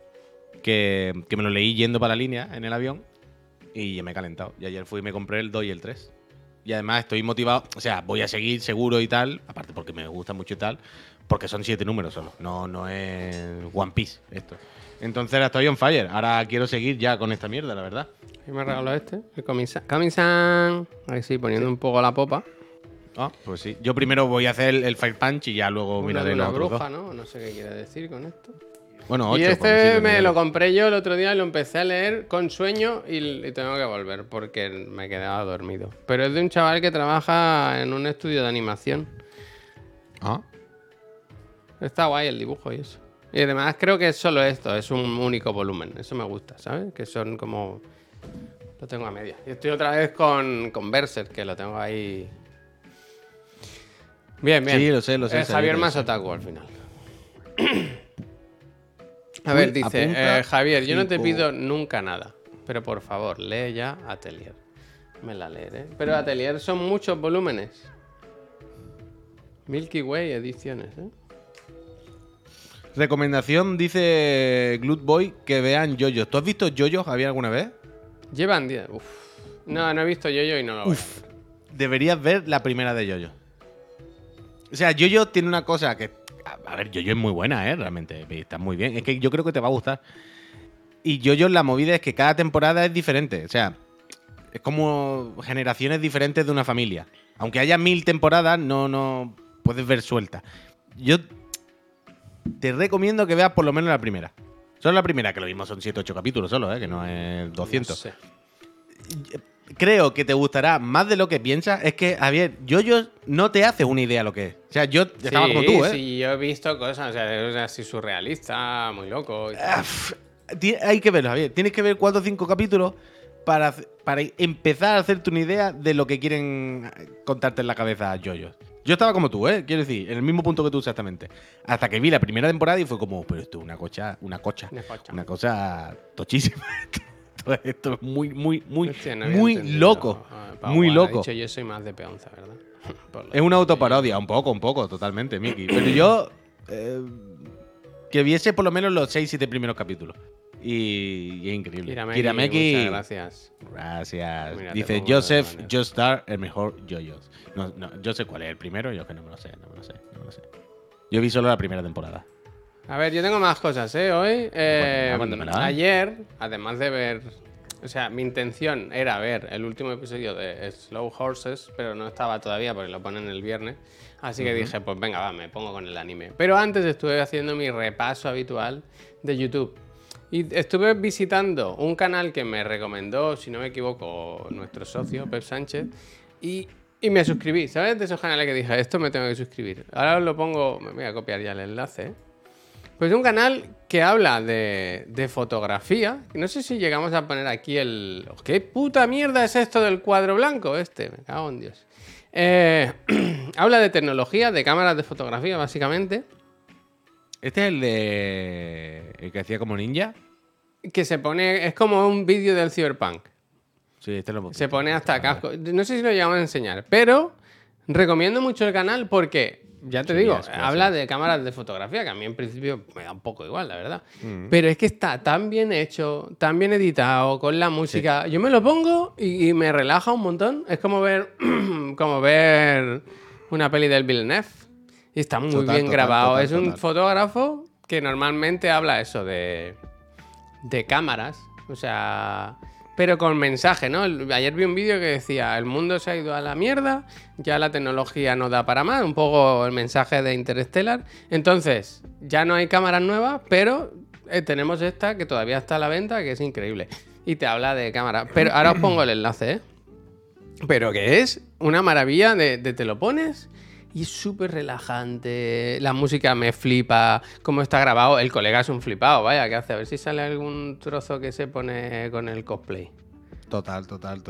que me lo leí yendo para la línea en el avión, y ya me he calentado. Y ayer fui y me compré el 2 y el 3. Y además estoy motivado, o sea, voy a seguir seguro y tal, aparte porque me gusta mucho y tal, porque son 7 números solo, no es One Piece esto. Entonces ahora estoy on fire, ahora quiero seguir ya con esta mierda, la verdad. Y me regaló este, el Kami-san. Ahí sí, poniendo un poco la popa. Ah, pues sí. Yo primero voy a hacer el Fire Punch y ya luego miraré Una los otros bruja, dos. ¿no? No sé qué quiere decir con esto. Bueno, 8. Y este me lo compré yo el otro día y lo empecé a leer con sueño y tengo que volver porque me quedaba dormido. Pero es de un chaval que trabaja en un estudio de animación. Ah, Está guay el dibujo y eso. Y además creo que es solo esto, es un único volumen. Eso me gusta, ¿sabes? Que son como... Lo tengo a media. Y estoy otra vez con Berserk, que lo tengo ahí... Bien, bien. Sí, lo sé, Javier lo más sé. otaku al final. A ver, dice, apunta, Javier, yo no te tipo- pido nunca nada, pero por favor, lee ya Atelier. Me la leeré. Pero Atelier son muchos volúmenes. Milky Way ediciones, ¿eh? recomendación, dice Glutboy, que vean Yoyos. ¿Tú has visto Yoyos, Javier, alguna vez? Llevan 10. Uf. No, no he visto Yo-Yo y no lo voy a ver. Deberías ver la primera de Yoyos. O sea, Yoyo tiene una cosa que... A ver, Yoyo es muy buena, realmente. Está muy bien. Es que yo creo que te va a gustar. Y Yoyo, la movida es que cada temporada es diferente. O sea, es como generaciones diferentes de una familia. Aunque haya 1000 temporadas, no puedes ver suelta. Yo te recomiendo que veas por lo menos la primera. Solo la primera, que lo mismo son 7-8 capítulos solo, que no es 200. No sé. Creo que te gustará más de lo que piensas. Es que, Javier, Yoyo no te hace una idea lo que es. O sea, yo estaba como tú, ¿eh? Sí, yo he visto cosas, o sea, es así surrealista, muy loco. Y tal. Hay que verlo, Javier. Tienes que ver 4 o 5 capítulos para empezar a hacerte una idea de lo que quieren contarte en la cabeza Yoyo. Yo estaba como tú, ¿eh? Quiero decir, en el mismo punto que tú exactamente. Hasta que vi la primera temporada y fue como, pero esto es una cosa tochísima. Esto es muy Hostia, no había muy entendido. loco. Pau, Muy ha loco. dicho, yo soy más de peonza, ¿verdad? Por lo Es una que- autoparodia, un poco, totalmente, Miki. Pero yo que viese por lo menos los 6-7 primeros capítulos. Y es increíble. Kirameki, muchas gracias. Gracias. Mira, Dice Joseph Joestar, el mejor yoyos. No, yo sé cuál es el primero, yo que no me lo sé. Yo vi solo la primera temporada. A ver, yo tengo más cosas, hoy. Cuéntamela. Ayer, además de ver... O sea, mi intención era ver el último episodio de Slow Horses, pero no estaba todavía porque lo ponen el viernes. Así que dije, pues venga, va, me pongo con el anime. Pero antes estuve haciendo mi repaso habitual de YouTube. Y estuve visitando un canal que me recomendó, si no me equivoco, nuestro socio, Pep Sánchez. Y me suscribí, ¿sabes? De esos canales que dije, esto me tengo que suscribir. Ahora os lo pongo, me voy a copiar ya el enlace. Pues un canal que habla de fotografía. No sé si llegamos a poner aquí el... ¿Qué puta mierda es esto del cuadro blanco? Me cago en Dios. Habla de tecnología, de cámaras de fotografía, básicamente. ¿Este es el que hacía como ninja? Que se pone... Es como un vídeo del Cyberpunk. Sí, este lo hemos Se visto. pone hasta casco. No sé si lo llegamos a enseñar, pero recomiendo mucho el canal porque, ya te digo, habla de cámaras de fotografía, que a mí en principio me da un poco igual, la verdad. Pero es que está tan bien hecho, tan bien editado, con la música. Sí. Yo me lo pongo y me relaja un montón. Es como ver, una peli del Villeneuve. Y está muy bien grabado. Es un fotógrafo que normalmente habla eso de cámaras. O sea... Pero con mensaje, ¿no? Ayer vi un vídeo que decía, el mundo se ha ido a la mierda, ya la tecnología no da para más, un poco el mensaje de Interstellar. Entonces, ya no hay cámaras nuevas, pero tenemos esta que todavía está a la venta, que es increíble. Y te habla de cámara. Pero ahora os pongo el enlace, ¿eh? Pero que es una maravilla de te lo pones... Y es súper relajante. La música me flipa. Cómo está grabado. El colega es un flipado. Vaya, ¿qué hace? A ver si sale algún trozo que se pone con el cosplay. Total.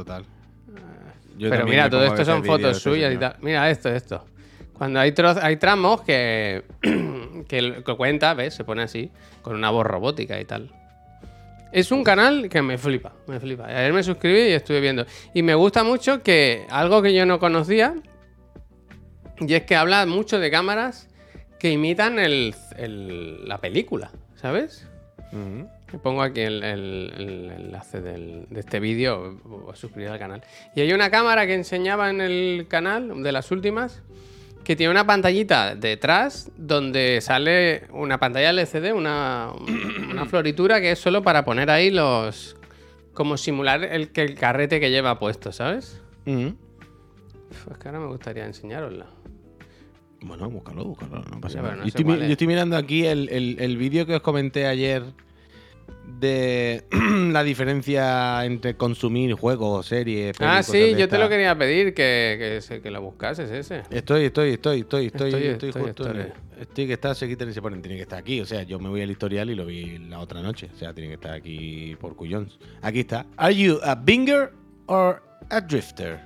Pero mira, todo esto son fotos suyas y tal. Mira esto. Cuando hay tramos que cuenta, ¿ves? Se pone así, con una voz robótica y tal. Es un canal que me flipa. Ayer me suscribí y estuve viendo. Y me gusta mucho que algo que yo no conocía... Y es que habla mucho de cámaras que imitan la película, ¿sabes? Me pongo aquí el enlace de este vídeo, os suscribís al canal. Y hay una cámara que enseñaba en el canal, de las últimas, que tiene una pantallita detrás donde sale una pantalla LCD, una floritura que es solo para poner ahí los... Como simular el carrete que lleva puesto, ¿sabes? Es que ahora me gustaría enseñarosla. Bueno, búscalo, no pasa nada. No yo estoy mirando aquí el vídeo que os comenté ayer de la diferencia entre consumir juegos, series, películas. Sí, yo te lo quería pedir que lo buscases ese. Estoy justo. Estoy que está, se quitan y se ponen. Tiene que estar aquí. O sea, yo me voy al historial y lo vi la otra noche. O sea, tiene que estar aquí por cuyons. Aquí está. ¿Are you a binger or a drifter?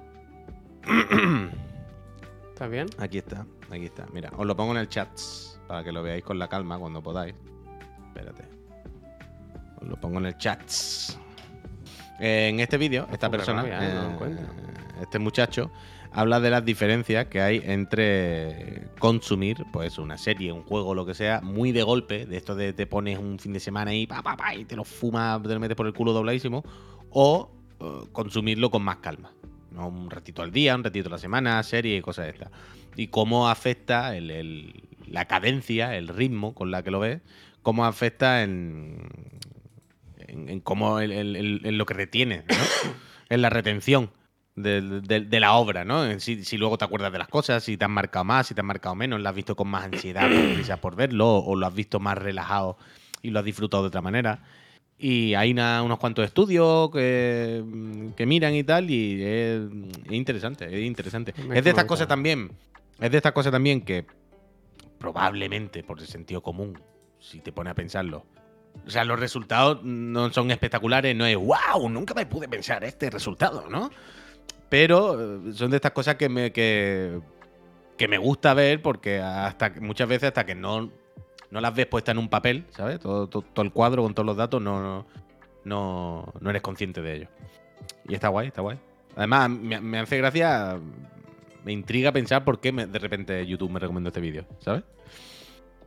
¿Está bien? Aquí está. Mira, os lo pongo en el chat para que lo veáis con la calma cuando podáis. Espérate. Os lo pongo en el chat. En este vídeo, esta persona, este muchacho, habla de las diferencias que hay entre consumir, pues una serie, un juego, lo que sea, muy de golpe, de esto de te pones un fin de semana y y te lo fumas, te lo metes por el culo dobladísimo, o consumirlo con más calma. ¿No? Un ratito al día, un ratito a la semana, serie y cosas de estas. Y cómo afecta la cadencia, el ritmo con la que lo ves, cómo afecta en cómo en lo que retienes, ¿no? En la retención de la obra, ¿no? Si luego te acuerdas de las cosas, si te han marcado más, si te han marcado menos, lo has visto con más ansiedad, quizás por verlo, o lo has visto más relajado y lo has disfrutado de otra manera. Y hay unos cuantos estudios que miran y tal, y es interesante, Es de estas cosas también que probablemente, por el sentido común, si te pones a pensarlo, o sea, los resultados no son espectaculares, no es ¡wow! Nunca me pude pensar este resultado, ¿no? Pero son de estas cosas que me gusta ver porque muchas veces hasta que no las ves puestas en un papel, ¿sabes? Todo el cuadro con todos los datos no eres consciente de ello. Y está guay. Además, me hace gracia, me intriga pensar por qué de repente YouTube me recomendó este vídeo, ¿sabes?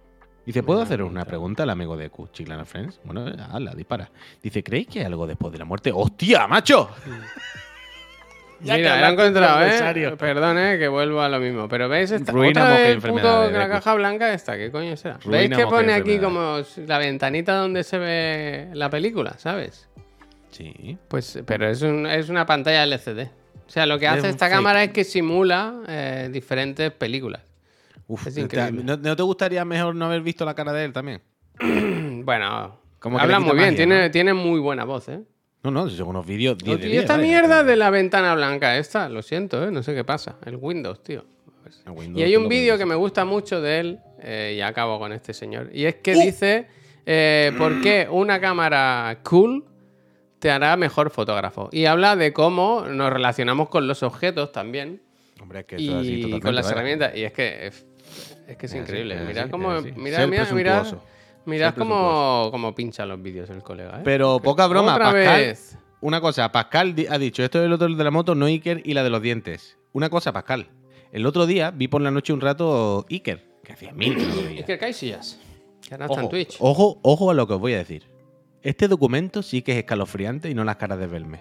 Dice, ¿puedo hacer una pregunta al amigo de Q, Chiclana Friends? Bueno, hazla, dispara. Dice, ¿creéis que hay algo después de la muerte? ¡Hostia, macho! Ya Mira, que lo he hablaste de encontrado, adversario. Perdón, que vuelvo a lo mismo. Pero ¿veis esta? Ruina, Otra mosca y vez enfermedades, la Deku. caja blanca esta. ¿Qué coño será? Ruina, ¿Veis que mosca y pone aquí enfermedades. como la ventanita donde se ve la película, ¿sabes? Sí. Pues, pero es una pantalla LCD. O sea, lo que Es hace un esta fake. cámara es que simula diferentes películas. Uf, Es increíble. ¿no te gustaría mejor no haber visto la cara de él también? Bueno, Como que habla le quita muy bien, magia, tiene muy buena voz, ¿eh? No, si son unos vídeos 10 de Y 10. esta vaya. mierda de la ventana blanca esta, lo siento, no sé qué pasa. El Windows, tío. El Windows Y hay tú un lo vídeo ves. que me gusta mucho de él, y acabo con este señor. Y es que dice, ¿por qué una cámara cool te hará mejor fotógrafo? Y habla de cómo nos relacionamos con los objetos también Hombre, es que eso es así y totalmente, con las vaya. herramientas. Y es que es así, increíble. es Mirad así, cómo, es así. mirad, Ser mirad, presuntuoso. mirad Ser cómo pinchan los vídeos el colega. ¿eh? Pero poca broma, Otra Pascal. vez. Una cosa, Pascal ha dicho, esto es el otro de la moto, no Iker y la de los dientes. Una cosa, Pascal. El otro día vi por la noche un rato Iker, que hacía mil que no lo veía. Iker Casillas, que ahora está en Ojo, Twitch. ojo a lo que os voy a decir. Este documento sí que es escalofriante y no las caras de Belme.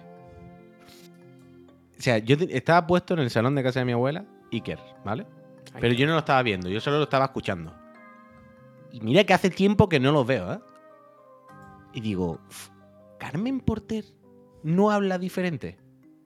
O sea, yo estaba puesto en el salón de casa de mi abuela, Iker, ¿vale? Pero yo no lo estaba viendo, yo solo lo estaba escuchando. Y mira que hace tiempo que no los veo, ¿eh? Y digo, Carmen Porter no habla diferente.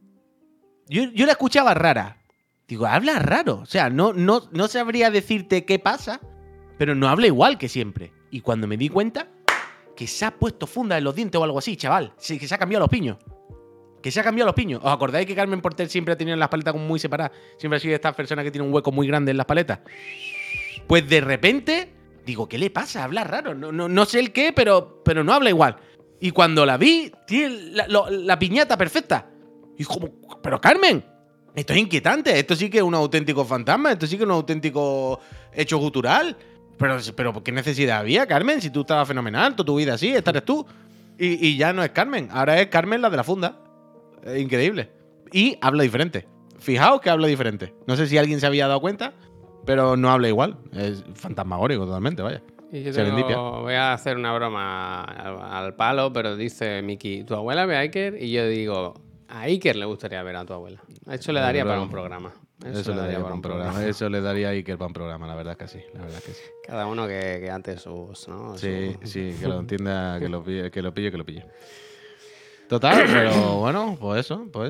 Yo la escuchaba rara. Digo, habla raro. O sea, no sabría decirte qué pasa, pero no habla igual que siempre. Y cuando me di cuenta que se ha puesto funda en los dientes o algo así, chaval, que se ha cambiado los piños. Que se ha cambiado los piños. ¿Os acordáis que Carmen Porter siempre ha tenido las paletas como muy separadas? Siempre ha sido esta persona que tiene un hueco muy grande en las paletas. Pues de repente, digo, ¿qué le pasa? Habla raro. No sé el qué, pero no habla igual. Y cuando la vi, tiene la piñata perfecta. Y como, pero Carmen, esto es inquietante. Esto sí que es un auténtico fantasma. Esto sí que es un auténtico hecho gutural. Pero ¿qué necesidad había, Carmen? Si tú estabas fenomenal, toda tu vida así, esta eres tú. Y ya no es Carmen. Ahora es Carmen la de la funda. Es increíble. Y habla diferente. Fijaos que habla diferente. No sé si alguien se había dado cuenta, pero no habla igual. Es fantasmagórico totalmente, vaya. Y yo Serendipia. voy a hacer una broma al palo, pero dice Miki, ¿tu abuela ve a Iker? Y yo digo, a Iker le gustaría ver a tu abuela. Eso le daría para un programa. Eso le daría para un programa. Eso le daría a Iker para un programa, la verdad es que sí. La verdad es que sí. Cada uno que antes sus, ¿no? Sí, que lo entienda, que lo pille. Total, pero bueno, pues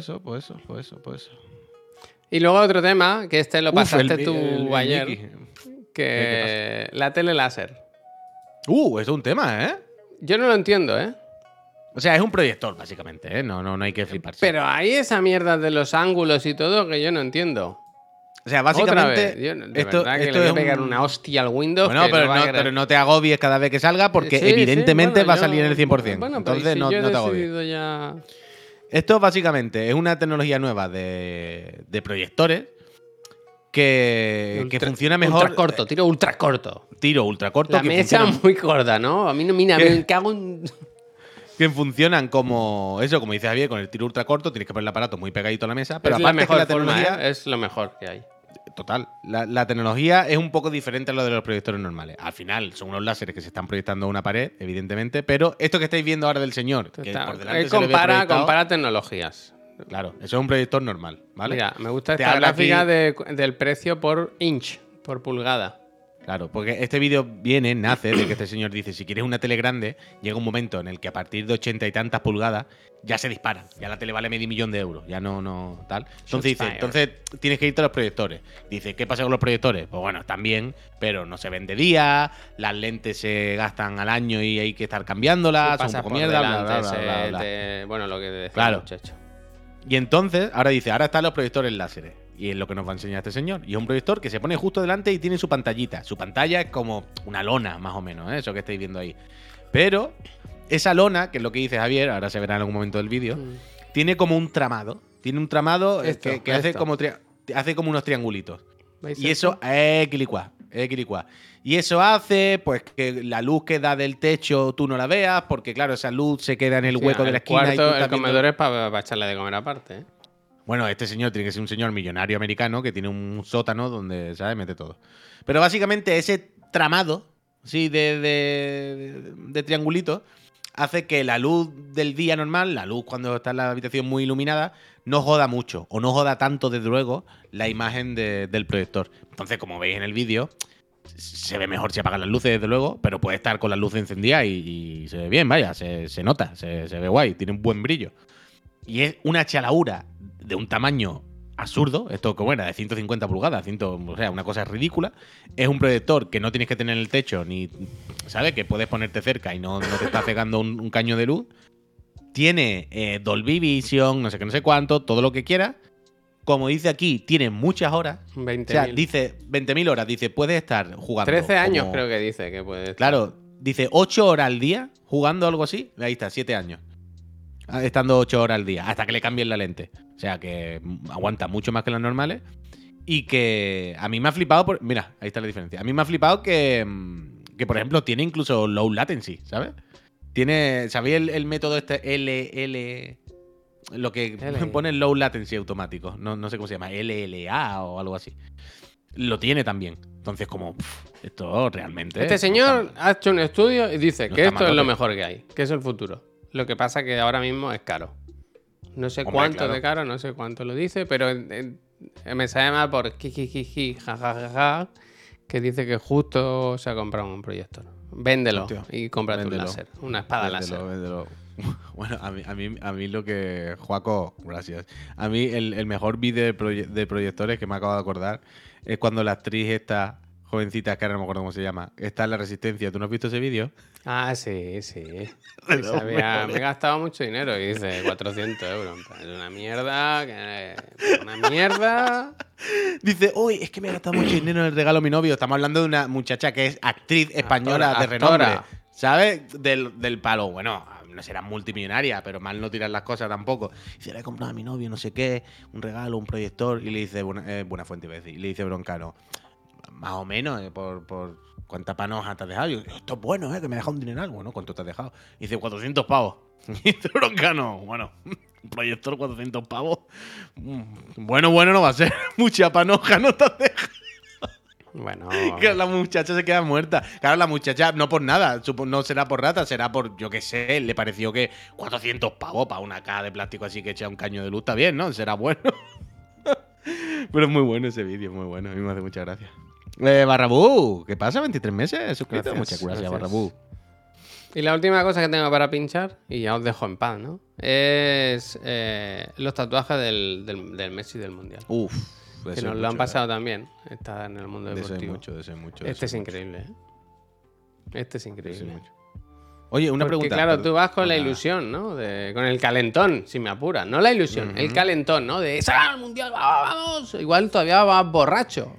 eso. Y luego otro tema, que este lo pasaste el tú ayer, Mickey. que la tele láser. Eso es un tema, ¿eh? Yo no lo entiendo, ¿eh? O sea, es un proyector, básicamente, ¿eh? No hay que fliparse. Pero hay esa mierda de los ángulos y todo que yo no entiendo. O sea, Otra básicamente. vez. Yo, de verdad que le voy a pegar una hostia al Windows. Bueno, que pero, va a no, querer. pero no te agobies cada vez que salga porque Sí, evidentemente sí, va a bueno, salir en el 100%. Bueno, pero Entonces si no yo he te agobies. decidido ya... Esto básicamente es una tecnología nueva de proyectores que funciona mejor. Ultra corto, tiro ultra corto. Tiro ultra corto. La que mesa funcionan- muy corta, ¿no? A mí no, mira, ¿Qué? me cago en... que funcionan como eso, como dice Javier, con el tiro ultra corto, tienes que poner el aparato muy pegadito a la mesa, pero es la aparte es que mejor la forma, tecnología, ¿eh? Es lo mejor que hay. total, la tecnología es un poco diferente a lo de los proyectores normales. Al final son unos láseres que se están proyectando a una pared, evidentemente, pero esto que estáis viendo ahora del señor, que por delante se le ve proyectado, compara tecnologías. claro, eso es un proyector normal, ¿vale? Mira, me gusta Te esta habla gráfica aquí- del precio por inch, por pulgada. Claro, porque este vídeo nace de que este señor dice, si quieres una tele grande, llega un momento en el que a partir de 80 y tantas pulgadas ya se dispara. Ya la tele vale medio millón de euros. Ya no tal. Entonces dice, entonces tienes que irte a los proyectores. Dice, ¿qué pasa con los proyectores? Pues bueno, están bien, pero no se ven de día, las lentes se gastan al año y hay que estar cambiándolas, son un Pasas poco por mierda, bla, delante, bla, bla, bla, bla. bueno, lo que decía Claro. el muchacho. Y entonces, ahora dice, ahora están los proyectores láseres. Y es lo que nos va a enseñar este señor. Y es un proyector que se pone justo delante y tiene su pantallita. Su pantalla es como una lona, más o menos, ¿eh? Eso que estáis viendo ahí. Pero esa lona, que es lo que dice Javier, ahora se verá en algún momento del vídeo, tiene como un tramado. Tiene un tramado que hace como unos triangulitos. ¿Veis Y esto? eso es equilicuá. Y eso hace pues que la luz que da del techo tú no la veas, porque claro, esa luz se queda en el hueco de la esquina. Cuarto, y tú el estás viendo- comedor es para echarle de comer aparte, ¿eh? Bueno, este señor tiene que ser un señor millonario americano que tiene un sótano donde, ¿sabes? Mete todo. Pero básicamente ese tramado sí, de triangulito, hace que la luz del día normal, la luz cuando está en la habitación muy iluminada, no joda mucho, o no joda tanto, desde luego, la imagen del proyector. Entonces, como veis en el vídeo, se ve mejor si apagan las luces, desde luego, pero puede estar con las luces encendidas y se ve bien, vaya, se nota, se ve guay, tiene un buen brillo. Y es una chalaura de un tamaño absurdo, esto que bueno, de 150 pulgadas, o sea, una cosa ridícula. Es un proyector que no tienes que tener en el techo, ni, ¿sabes? Que puedes ponerte cerca y no te está pegando un caño de luz. Tiene Dolby Vision, no sé qué, no sé cuánto, todo lo que quieras. Como dice aquí, tiene muchas horas. 20.000. O sea, dice 20.000 horas. Dice, puedes estar jugando. 13 años creo que dice que puede estar. Claro, dice 8 horas al día jugando algo así. Ahí está, 7 años. Estando 8 horas al día, hasta que le cambien la lente. O sea, que aguanta mucho más que las normales. Y que a mí me ha flipado. Mira, ahí está la diferencia. A mí me ha flipado que por ejemplo, tiene incluso low latency, ¿sabes? ¿Sabéis el método este LL? Lo que pone low latency automático. No sé cómo se llama, LLA o algo así. Lo tiene también. Entonces, como, esto realmente. Este señor ha hecho un estudio y dice que esto es lo malote. mejor que hay, que es el futuro. Lo que pasa que ahora mismo es caro. No sé cuánto claro. de caro, no sé cuánto lo dice, pero me sale mal por jijijiji, jajajaja, que dice que justo se ha comprado un proyector. Véndelo. Hostia, y cómprate un véndelo. láser, una espada láser. Véndelo. Bueno, a mí lo que... Juaco, gracias. A mí el mejor vídeo de proyectores que me acabo de acordar es cuando la actriz esta jovencita, que ahora no me acuerdo cómo se llama, está en La Resistencia. ¿Tú no has visto ese vídeo? Ah, sí. Me he gastado mucho dinero y dice 400 euros. Es una mierda. Una mierda. Dice, uy, es que me he gastado mucho dinero en el regalo a mi novio. Estamos hablando de una muchacha que es actriz española de renombre. ¿Sabes? Del palo. Bueno, no será multimillonaria, pero mal no tiran las cosas tampoco. Dice, le he comprado a mi novio, no sé qué, un regalo, un proyector. Y le dice, Buenafuente, iba a decir. Y le dice Broncano, más o menos, por ¿cuánta panoja te has dejado? Y yo, esto es bueno, que me ha dejado un dineral. Bueno, ¿cuánto te has dejado? Y dice, 400 pavos. Y dice Broncano, bueno, un proyector 400 pavos. Bueno no va a ser. Mucha panoja no te has dejado. Bueno. Que la muchacha se queda muerta. Claro, la muchacha no por nada. No será por rata, será por, yo qué sé, le pareció que 400 pavos para una caja de plástico así que echa un caño de luz está bien, ¿no? Será bueno. Pero es muy bueno ese vídeo, muy bueno. A mí me hace mucha gracia. Barrabú, ¿qué pasa? 23 meses suscrito. Muchas gracias, Barrabú. Y la última cosa que tengo para pinchar, y ya os dejo en paz, ¿no? Es los tatuajes del Messi del Mundial. Uf, que nos lo han pasado también. Está en el mundo deportivo. Deseo mucho. Este es increíble, ¿eh? Este es increíble. Oye, una Porque, pregunta. claro, tú vas con la ilusión, ¿no? Con el calentón, si me apuras. No la ilusión, el calentón, ¿no? De ¡salga al Mundial! ¡Vamos! Igual todavía vas borracho.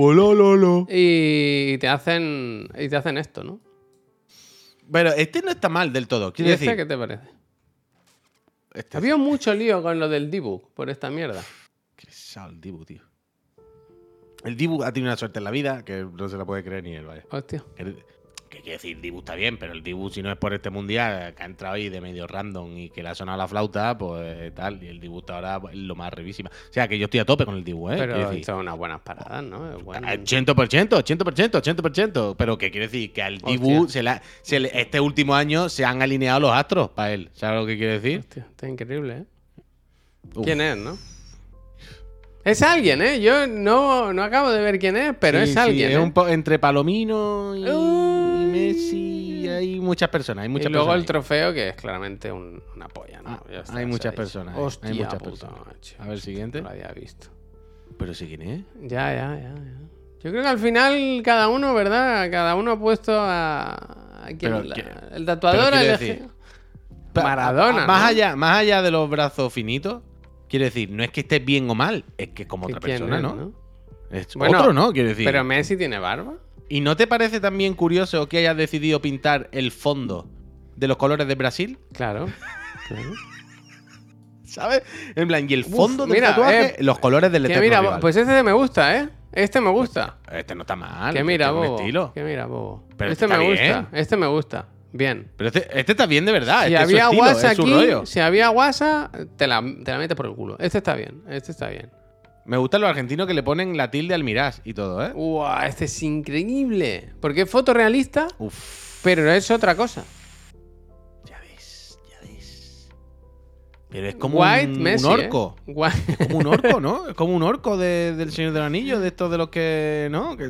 Y te hacen esto, ¿no? Pero este no está mal del todo. Quiero decir, ¿Qué te parece? Había mucho lío con lo del Dibu por esta mierda. Qué sal el Dibu, tío. El Dibu ha tenido una suerte en la vida que no se la puede creer ni él, vaya. Hostia. Que quiere decir, Dibu está bien, pero el Dibu, si no es por este mundial, que ha entrado ahí de medio random y que le ha sonado la flauta, pues tal. Y el Dibu está ahora en lo más revísima. O sea, que yo estoy a tope con el Dibu, ¿eh? Pero son unas buenas paradas, ¿no? Es bueno. 80%. Pero que quiere decir que al Dibu, este último año se han alineado los astros para él. ¿Sabes lo que quiere decir? Hostia, está increíble, ¿eh? ¿Quién es, no? Es alguien, ¿eh? Yo no acabo de ver quién es, pero es alguien. Es entre Palomino y Messi. Hay muchas personas. Y luego el trofeo, que es claramente una polla, ¿no? Hay muchas personas. Hostia, hay muchas puta, personas. macho. A ver, siguiente. No lo había visto. ¿Pero sí quién es? Ya. Yo creo que al final cada uno, ¿verdad? Cada uno ha puesto a quien el tatuador ha elegido. Maradona, más allá de los brazos finitos, quiero decir, no es que estés bien o mal, es que es como otra persona, ¿no? Es otro, ¿no? Quiero decir. Pero Messi tiene barba. ¿Y no te parece también curioso que hayas decidido pintar el fondo de los colores de Brasil? Claro. ¿Sabes? En plan, y el fondo del tatuaje, los colores del eterno rival. Pues este me gusta, ¿eh? Este me gusta. Este no está mal. Que mira, bobo. Estilo. Que mira, bobo. Pero este me gusta. Este me gusta. Bien. Pero este está bien de verdad. Si había guasa aquí, si había guasa, te la metes por el culo. Este está bien. Me gustan los argentinos que le ponen la tilde al Mirage y todo, ¿eh? ¡Uah! Este es increíble. Porque es fotorrealista, Uf, pero es otra cosa. ya ves. Pero es como White un Messi, orco. White- Como un orco, ¿no? Es como un orco del Señor del Anillo, de estos de los que. ¿No? Que...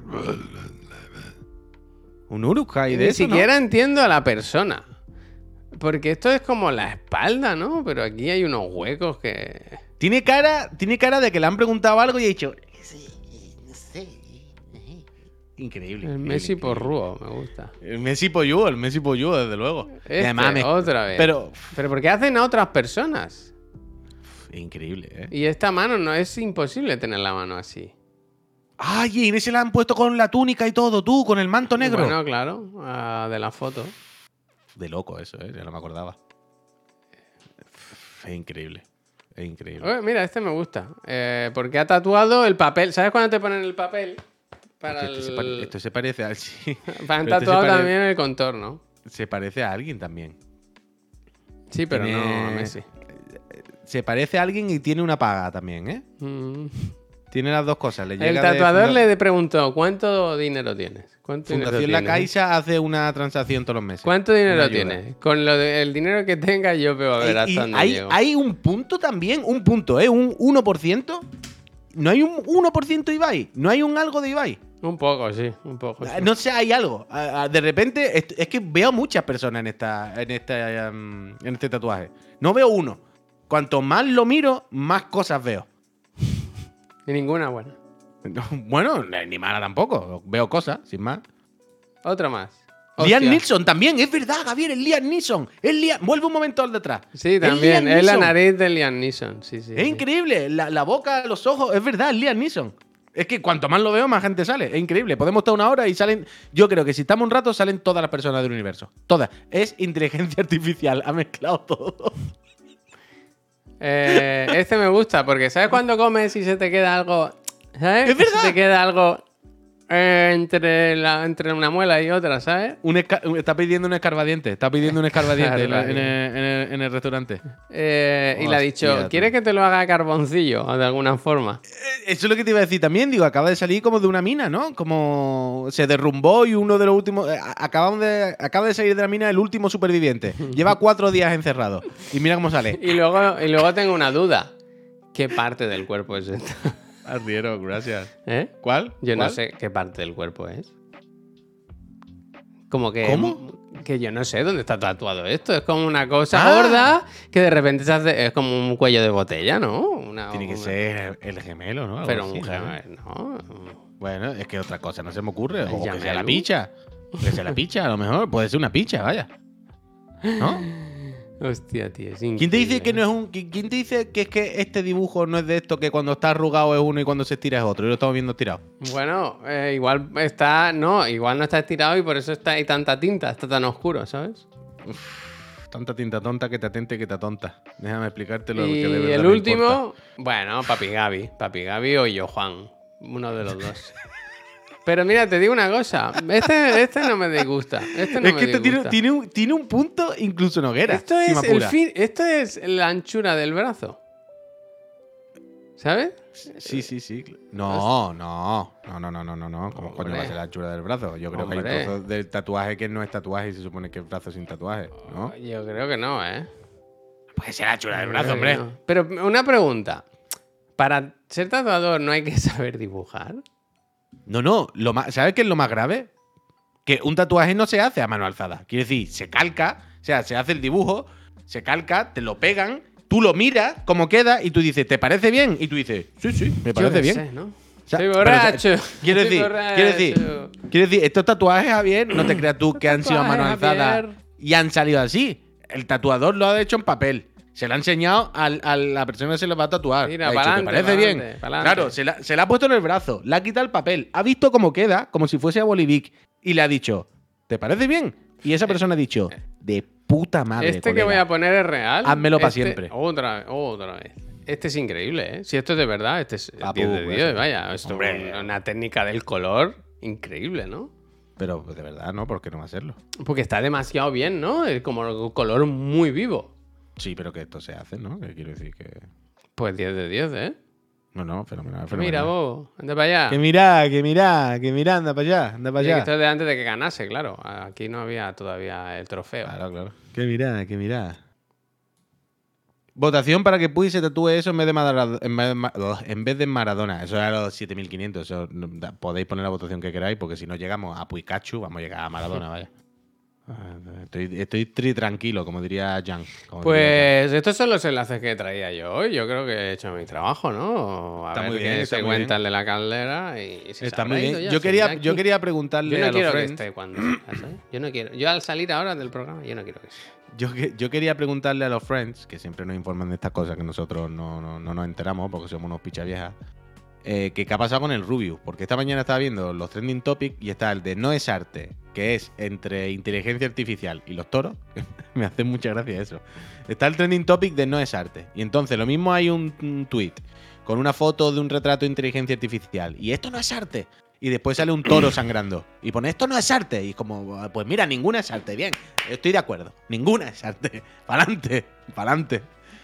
Un Uruk-hai de Ni eso, ¿no? siquiera entiendo a la persona. Porque esto es como la espalda, ¿no? Pero aquí hay unos huecos que... Tiene cara de que le han preguntado algo y ha dicho. No sé. Increíble. El Messi porrúo, me gusta. El Messi Poyú, desde luego. Y Este, además otra vez. Pero. Pero ¿por qué hacen a otras personas? Increíble, ¿eh? Y esta mano no es imposible tener la mano así. ¡Ay! Y ese la han puesto con la túnica y todo, tú, con el manto negro. Bueno, claro, de la foto. De loco eso, ¿eh? Ya no me acordaba. Es increíble. Es increíble. Oye, mira, este me gusta. Porque ha tatuado el papel. ¿Sabes cuando te ponen el papel? Para Esto se parece a... Sí. Han Pero tatuado también el contorno. Se parece a alguien también. Sí, pero Tiene- no a Messi. Se parece a alguien y tiene una paga también, ¿eh? Mm. Tiene las dos cosas. Le El llega de tatuador Funda- le preguntó, ¿cuánto dinero tienes? ¿Cuánto dinero Fundación La tienes? Caixa hace una transacción todos los meses. ¿Cuánto Una dinero ayuda. tienes? Con el dinero que tenga yo veo a ver Y hasta dónde hay, llego. hay un punto también, un 1%. No hay un 1% Ibai. No hay un algo de Ibai. Un poco, sí, un poco. Sí. No sé, hay algo. De repente, es que veo muchas personas en este tatuaje. No veo uno. Cuanto más lo miro, más cosas veo. Y ninguna buena. Bueno, ni mala tampoco. Veo cosas, sin más. Otro más. Liam Hostia. Neeson también, es verdad, Javier, es Liam Neeson. Vuelve un momento al detrás. Sí, también. Es la Neeson. nariz de Liam Neeson. Sí, sí. Es sí. increíble. La boca, los ojos, es verdad, es Liam Neeson. Es que cuanto más lo veo, más gente sale. Es increíble. Podemos estar una hora y salen. Yo creo que si estamos un rato, salen todas las personas del universo. Todas. Es inteligencia artificial. Ha mezclado todo. Este me gusta porque ¿sabes cuando comes y se te queda algo? ¿Sabes? Es verdad. Se te queda algo entre una muela y otra, ¿sabes? Está pidiendo un escarbadiente. Está pidiendo un escarbadiente Escarbadiente. en el restaurante. Y le ha dicho, Hostia, ¿quieres que te lo haga a carboncillo o de alguna forma? Eso es lo que te iba a decir también. Digo, acaba de salir como de una mina, ¿no? Como se derrumbó y uno de los últimos. Acaba de salir de la mina el último superviviente. Lleva 4 días encerrado. Y mira cómo sale. Y luego tengo una duda. ¿Qué parte del cuerpo es esta? Arriero, gracias. ¿Eh? ¿Cuál? Yo no ¿Cuál? sé qué parte del cuerpo es. Como que. ¿Cómo? Que yo no sé dónde está tatuado esto. Es como una cosa Ah. gorda que de repente se hace. Es como un cuello de botella, ¿no? Tiene que ser el gemelo, ¿no? Algo Pero así, un ¿no? gemelo, ¿no? Bueno, es que otra cosa no se me ocurre. O que sea gemelo? la picha. Que sea la picha, a lo mejor. Puede ser una picha, vaya. ¿No? Hostia, tío. Es ¿Quién te dice increíble. que no es un. ¿Quién te dice que es que este dibujo no es de esto que cuando está arrugado es uno y cuando se estira es otro? Y lo estamos viendo estirado. Bueno, igual está. No, igual no está estirado y por eso hay tanta tinta. Está tan oscuro, ¿sabes? Tanta tinta tonta que te atente y que te atonta. Déjame explicarte lo Y que de verdad el me último. importa. Bueno, Papi Gaby o yo Juan. Uno de los dos. Pero mira, te digo una cosa. Este no me disgusta. Este no Es me que este disgusta. tiene un punto incluso Noguera. Esto si es me el apura. fin. Esto es la anchura del brazo. ¿Sabes? Sí. No. ¿Cómo coño Hombre. va a ser la anchura del brazo? Yo creo que Hombre. hay trozos del tatuaje que no es tatuaje y se supone que es brazo sin tatuaje, ¿no? Yo creo que no, ¿eh? Puede ser la anchura del Yo brazo, creo que hombre. no. Pero una pregunta. Para ser tatuador no hay que saber dibujar. No. ¿Sabes qué es lo más grave? Que un tatuaje no se hace a mano alzada. Quiere decir, se calca, o sea, se hace el dibujo, se calca, te lo pegan, tú lo miras cómo queda y tú dices, ¿te parece bien? Y tú dices, sí, me parece Yo qué bien. sé, ¿no? O sea, Soy pero, borracho. quiero Soy decir, estos tatuajes, Javier, no te creas tú que han sido a mano Tatuajes, alzada Javier. y han salido así. El tatuador lo ha hecho en papel. Se lo ha enseñado a la persona que se lo va a tatuar. Mira, Le ha dicho, pa'lante, ¿te parece bien? pa'lante, pa'lante. Claro, se la ha puesto en el brazo, le ha quitado el papel, ha visto cómo queda, como si fuese a Bolivic, y le ha dicho, ¿te parece bien? Y esa persona ha dicho, de puta madre, Este que colega. voy a poner es real. Házmelo pa' Este- siempre. Otra vez. Este es increíble, ¿eh? Si esto es de verdad, este es Papu, 10 de 10, pues, vaya. Esto hombre. es una técnica del color increíble, ¿no? Pero de verdad, ¿no? ¿Por qué no va a hacerlo? Porque está demasiado bien, ¿no? Es como un color muy vivo. Sí, pero que esto se hace, ¿no? Que quiero decir que... Pues 10 de 10, ¿eh? No, fenomenal. Mira, vos, anda para allá. Que mira, anda para allá, anda para Y allá. esto es de antes de que ganase, claro. Aquí no había todavía el trofeo. Claro. Que mira. Votación para que Puy se tatúe eso en vez de Maradona. Eso era los 7500. Eso, podéis poner la votación que queráis, porque si no llegamos a Puikachu, vamos a llegar a Maradona, vaya. Estoy tranquilo, como diría Jan. Pues estos son los enlaces que traía yo hoy. Yo creo que he hecho mi trabajo, ¿no? A Está ver muy bien, qué está se muy cuenta bien. el de la caldera y si Está se muy habrá ido bien. ya, Yo quería aquí. preguntarle Yo no a los quiero que friends. esté cuando salga, ¿sabes? Yo no quiero. Yo al salir ahora del programa, yo no quiero que esté. Yo quería preguntarle a los friends, que siempre nos informan de estas cosas que nosotros no nos enteramos porque somos unos pichaviejas, que qué ha pasado con el Rubius. Porque esta mañana estaba viendo los trending topics y está el de no es arte, que es entre inteligencia artificial y los toros. Me hace mucha gracia eso. Está el trending topic de no es arte. Y entonces lo mismo hay un tweet con una foto de un retrato de inteligencia artificial. Y esto no es arte. Y después sale un toro sangrando. Y pone, esto no es arte. Y como, pues mira, ninguna es arte. Bien, estoy de acuerdo. Ninguna es arte. Pa'lante.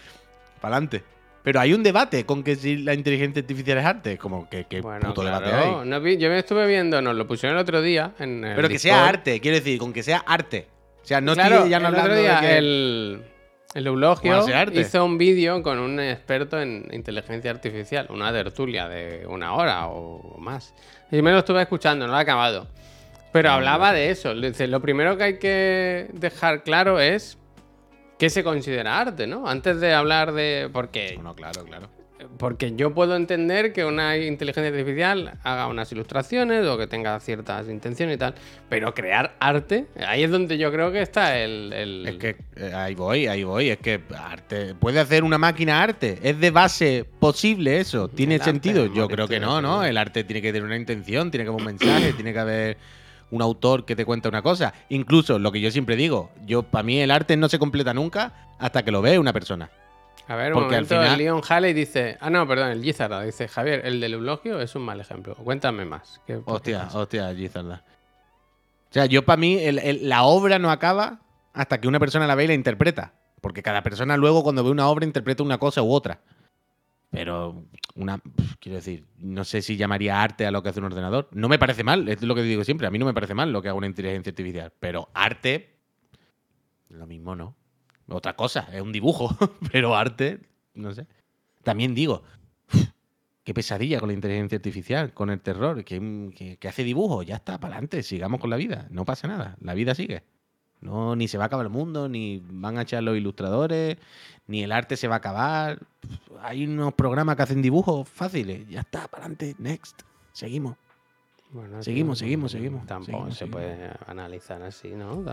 Pero hay un debate con que si la inteligencia artificial es arte. Como que Bueno, puto claro, debate hay. no yo me estuve viendo, nos lo pusieron el otro día en el Pero que Discord. sea arte, quiero decir, con que sea arte. O sea, no Claro, estoy ya no el otro hablando día de que... el Eulogio ¿Cómo hace arte? hizo un vídeo con un experto en inteligencia artificial, una tertulia de 1 hora o más. Y me lo estuve escuchando, no lo he acabado. Pero hablaba de eso. Dice, lo primero que hay que dejar claro es qué se considera arte, ¿no? Antes de hablar de... No, claro. Porque yo puedo entender que una inteligencia artificial haga unas ilustraciones o que tenga ciertas intenciones y tal, pero crear arte, ahí es donde yo creo que está el... Es que ahí voy. Es que arte puede hacer una máquina arte. Es de base posible eso. ¿Tiene arte, sentido? como Yo que creo que tiene no. El arte tiene que tener una intención, tiene que haber un mensaje, tiene que haber un autor que te cuenta una cosa. Incluso lo que yo siempre digo, para mí el arte no se completa nunca hasta que lo ve una persona. A ver, un Porque al momento, final- el Leon Halley dice... Ah, no, perdón, el Gizarda dice, Javier, el del eulogio es un mal ejemplo. Cuéntame más. Hostia, Gizarda. O sea, yo para mí la obra no acaba hasta que una persona la ve y la interpreta. Porque cada persona luego cuando ve una obra interpreta una cosa u otra. Pero quiero decir, no sé si llamaría arte a lo que hace un ordenador. No me parece mal, es lo que digo siempre. A mí no me parece mal lo que haga una inteligencia artificial. Pero arte, lo mismo no. Otra cosa, es un dibujo. Pero arte, no sé. También digo, qué pesadilla con la inteligencia artificial, con el terror, que hace dibujos. Ya está, para adelante, sigamos con la vida. No pasa nada, la vida sigue. No, ni se va a acabar el mundo, ni van a echar los ilustradores, ni el arte se va a acabar. Hay unos programas que hacen dibujos fáciles. Ya está, para adelante, next. Seguimos. Bueno, Seguimos. Tampoco se puede analizar así, ¿no?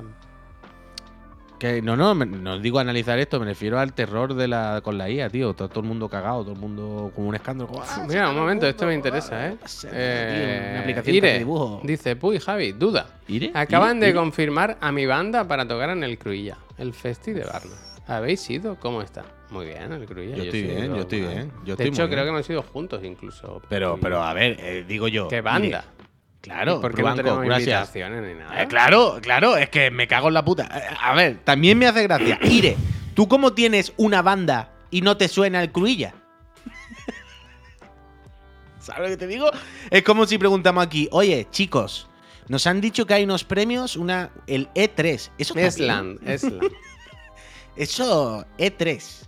Que no digo analizar esto, me refiero al terror con la IA, tío. Todo el mundo cagado, todo el mundo con un escándalo. Mira, un momento, esto me interesa, Una aplicación que hace Ire, dibujo. dice, puy, Javi, duda. ¿Ire? Acaban de ¿Ire? confirmar a mi banda para tocar en el Cruilla, el Festi de Barna. ¿Habéis ido? ¿Cómo está? Muy bien, el Cruilla. Yo estoy sí he bien, ido yo estoy alguna bien. vez. Yo De estoy hecho, muy creo bien. que hemos ido juntos incluso. Pero a ver, digo yo. ¿Qué banda? Ire. Claro, Porque no Rubanco, tenemos gracias. invitaciones ni nada. Claro, es que me cago en la puta. A ver, también me hace gracia. Ire, ¿tú cómo tienes una banda y no te suena el Cruilla? ¿Sabes lo que te digo? Es como si preguntamos aquí, oye, chicos, nos han dicho que hay unos premios, el E3. ¿Eso está bien? Esland. Eso, E3.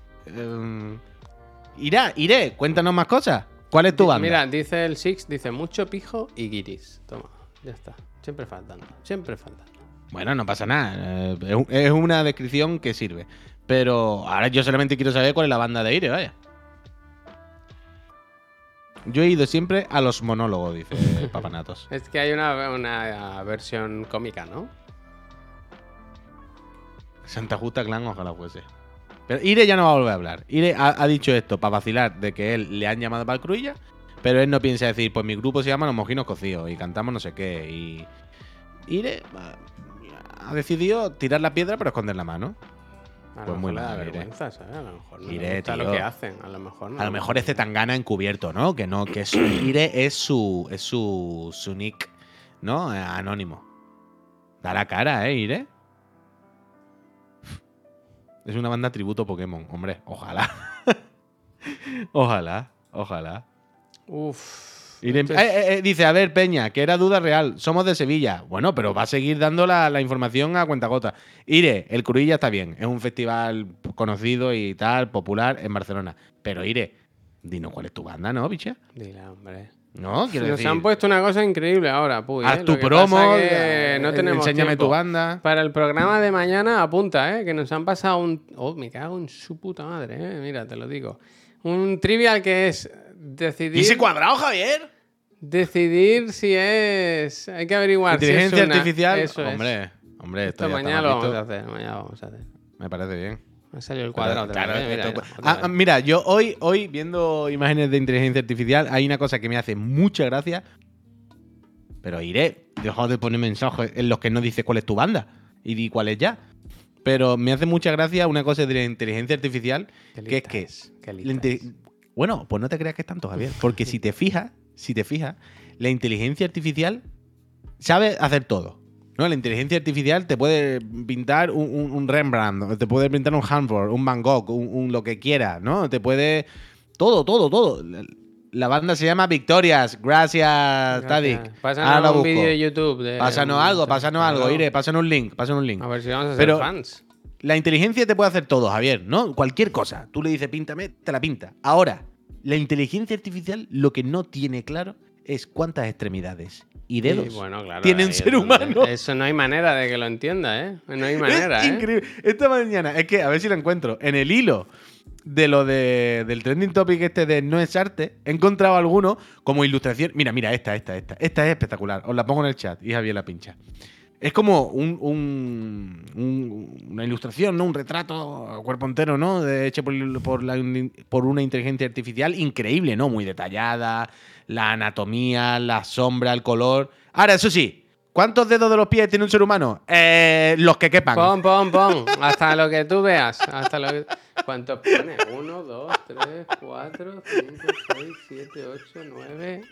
Iré, cuéntanos más cosas. ¿Cuál es tu banda? Mira, dice el Six, dice mucho pijo y guiris. Toma, ya está. Siempre faltando. Bueno, no pasa nada. Es una descripción que sirve. Pero ahora yo solamente quiero saber cuál es la banda de Ire, vaya. Yo he ido siempre a los monólogos, dice Papanatos. Es que hay una versión cómica, ¿no? Santa Justa Clan, ojalá fuese. Pero Ire ya no va a volver a hablar. Ire ha dicho esto para vacilar de que él le han llamado para el Cruilla, pero él no piensa decir, pues mi grupo se llama Los Mojinos Cocidos y cantamos no sé qué. Y Ire ha decidido tirar la piedra pero esconder la mano. A Pues lo muy mejor le da mal, Ire. vergüenza, ¿sabes? A lo mejor no Ire, le gusta tío. lo que hacen. A lo mejor no. A lo mejor es Zetangana encubierto, ¿no? Que Ire es su nick, ¿no? Anónimo. Da la cara, Ire. Es una banda tributo Pokémon, hombre. Ojalá. Ojalá. Uf. Dice, a ver, Peña, que era duda real. Somos de Sevilla. Bueno, pero va a seguir dando la información a cuentagotas. Ire, el Cruïlla está bien. Es un festival conocido y tal, popular en Barcelona. Pero Ire, dinos cuál es tu banda, ¿no, bicha? Dile, hombre. No, quiero Nos decir. han puesto una cosa increíble ahora, Puy. Haz tu Lo que promo, pasa que no tenemos enséñame tiempo. tu banda. Para el programa de mañana, apunta, que nos han pasado un... Oh, me cago en su puta madre, mira, te lo digo. Un trivial que es decidir... ¿Y ese cuadrado, Javier? Decidir si es... Hay que averiguar si es Inteligencia una... artificial. Eso es. Hombre, esto Esto ya mañana está lo más vamos a visto. hacer, mañana lo vamos a hacer. Me parece bien. Me ha salido el cuadrado otra Claro, vez, mira, esto- mira, otra vez. mira, yo hoy viendo imágenes de inteligencia artificial, hay una cosa que me hace mucha gracia. Pero iré, deja de poner mensajes en los que no dices cuál es tu banda y di cuál es ya. Pero me hace mucha gracia una cosa de la inteligencia artificial, Qué que es que listas, qué la listas. bueno, pues no te creas que es tanto, Javier, porque si te fijas, la inteligencia artificial sabe hacer todo. ¿No? La inteligencia artificial te puede pintar un Rembrandt, te puede pintar un Hanford, un Van Gogh, un lo que quiera, ¿no? Te puede... Todo. La banda se llama Victorias. Gracias, Tadik. Ahora la Pásanos un busco. vídeo de YouTube. Pásanos algo, Claro. Iré, pásanos un link. A ver si vamos a ser Pero- fans. La inteligencia te puede hacer todo, Javier, ¿no? Cualquier cosa. Tú le dices, píntame, te la pinta. Ahora, la inteligencia artificial lo que no tiene claro es cuántas extremidades y dedos Sí, bueno, claro, tiene un ahí ser es donde- humano. Eso no hay manera de que lo entienda, ¿eh? No hay manera, Es ¿eh? increíble. Esta mañana, es que a ver si lo encuentro. En el hilo de lo del trending topic este de no es arte, he encontrado alguno como ilustración. Mira, esta. Esta es espectacular. Os la pongo en el chat y Javier la pincha. Es como una ilustración, ¿no? Un retrato a cuerpo entero, ¿no? Hecho por una inteligencia artificial increíble, ¿no? Muy detallada, la anatomía, la sombra, el color. Ahora, eso sí, ¿cuántos dedos de los pies tiene un ser humano? Los que quepan. Pon. Hasta lo que tú veas. Hasta lo que... ¿Cuántos pone? 1, 2, 3, 4, 5, 6, 7, 8, 9...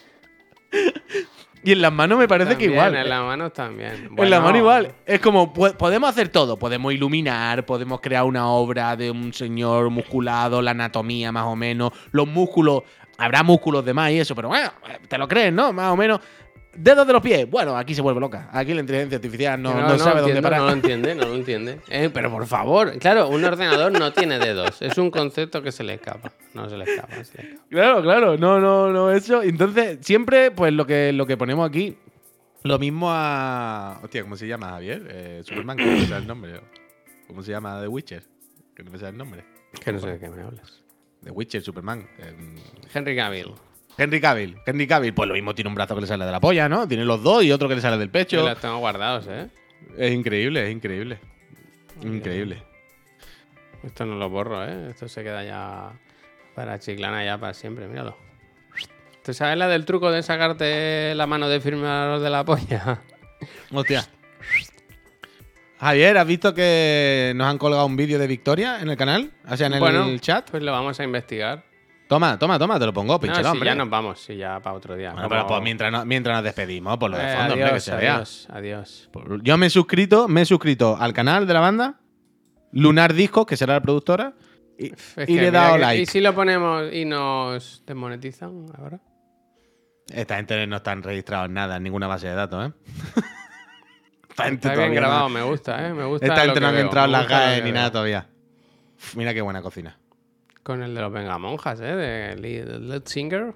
Y en las manos me parece También, que igual. en las manos también. En la Bueno, mano igual. Es como, podemos hacer todo. Podemos iluminar, podemos crear una obra de un señor musculado, la anatomía más o menos, los músculos. Habrá músculos de más y eso, pero bueno, te lo crees, ¿no? Más o menos. Dedos de los pies. Bueno, aquí se vuelve loca. Aquí la inteligencia artificial no sabe dónde parar. No lo entiende. Pero por favor, claro, un ordenador no tiene dedos. Es un concepto que se le escapa. No se le escapa. Claro. No, eso. Entonces, siempre, pues lo que ponemos aquí, lo mismo a. Hostia, ¿cómo se llama, Javier? Superman, que no me sale el nombre. ¿Cómo se llama The Witcher? Que no me sale el nombre. Que no sé de qué me hablas. The Witcher, Superman. Henry Cavill. Henry Cavill, pues lo mismo tiene un brazo que le sale de la polla, ¿no? Tiene los dos y otro que le sale del Yo pecho. los tengo guardados, ¿eh? Es increíble. Increíble. Esto no lo borro, ¿eh? Esto se queda ya para Chiclana ya para siempre, míralo. ¿Tú sabes la del truco de sacarte la mano de firmar de la polla? Hostia. Javier, ¿has visto que nos han colgado un vídeo de Victoria en el canal? O sea, en el chat. Pues lo vamos a investigar. Toma, te lo pongo, pinchelo, No, si hombre. ya nos vamos, si ya para otro día. Bueno, pero pues mientras nos despedimos, por lo de fondo, hombre, que se vea. Adiós. Yo me he suscrito al canal de la banda, Lunar Discos, que será la productora, y le he dado like. ¿Y si lo ponemos y nos desmonetizan ahora? Esta gente no están registrados en nada, en ninguna base de datos, ¿eh? Está bien todavía grabado, no. me gusta, ¿eh? Me gusta Esta lo gente que no han veo, entrado en me las gusta lo GAE que ni veo. nada todavía. Mira qué buena cocina. Con el de los Vengamonjas, ¿eh? De Lead Singer.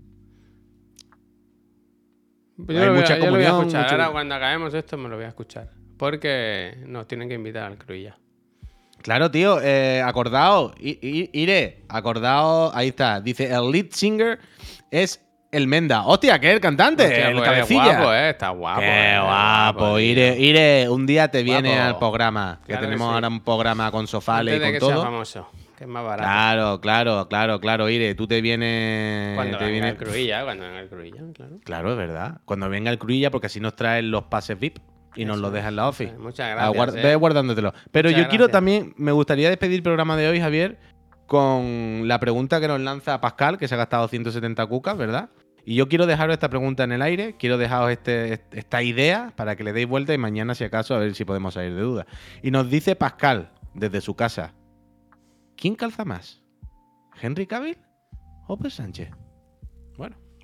Hay mucha Yo lo voy a comunión, escuchar. mucho- Ahora cuando acabemos esto me lo voy a escuchar. Porque nos tienen que invitar al Cruilla. Claro, tío, acordaos, acordaos, ahí está, dice, el lead singer es el Menda. Hostia, que es el cantante, Hostia, el pues, cabecilla. Guapo, está guapo. Qué guapo, tío. Ire, un día te viene Guapo. al programa, que Claro que tenemos sí. ahora un programa con sofales y Antes de con que sea todo. famoso, que es más barato. Claro, Ire, tú te vienes... Cuando te venga vienes- el Cruilla, claro. Claro, es verdad. Cuando venga el Cruilla, porque así nos traen los pases VIP y nos Eso los deja en la office. Muchas Ah, gracias. ve guardándotelo. Pero Muchas yo quiero gracias. también, me gustaría despedir el programa de hoy, Javier, con la pregunta que nos lanza Pascal, que se ha gastado 170 cucas, ¿verdad? Y yo quiero dejaros esta pregunta en el aire, quiero dejaros esta idea para que le deis vuelta y mañana, si acaso, a ver si podemos salir de duda. Y nos dice Pascal, desde su casa, ¿quién calza más? ¿Henry Cavill o Pedro Sánchez?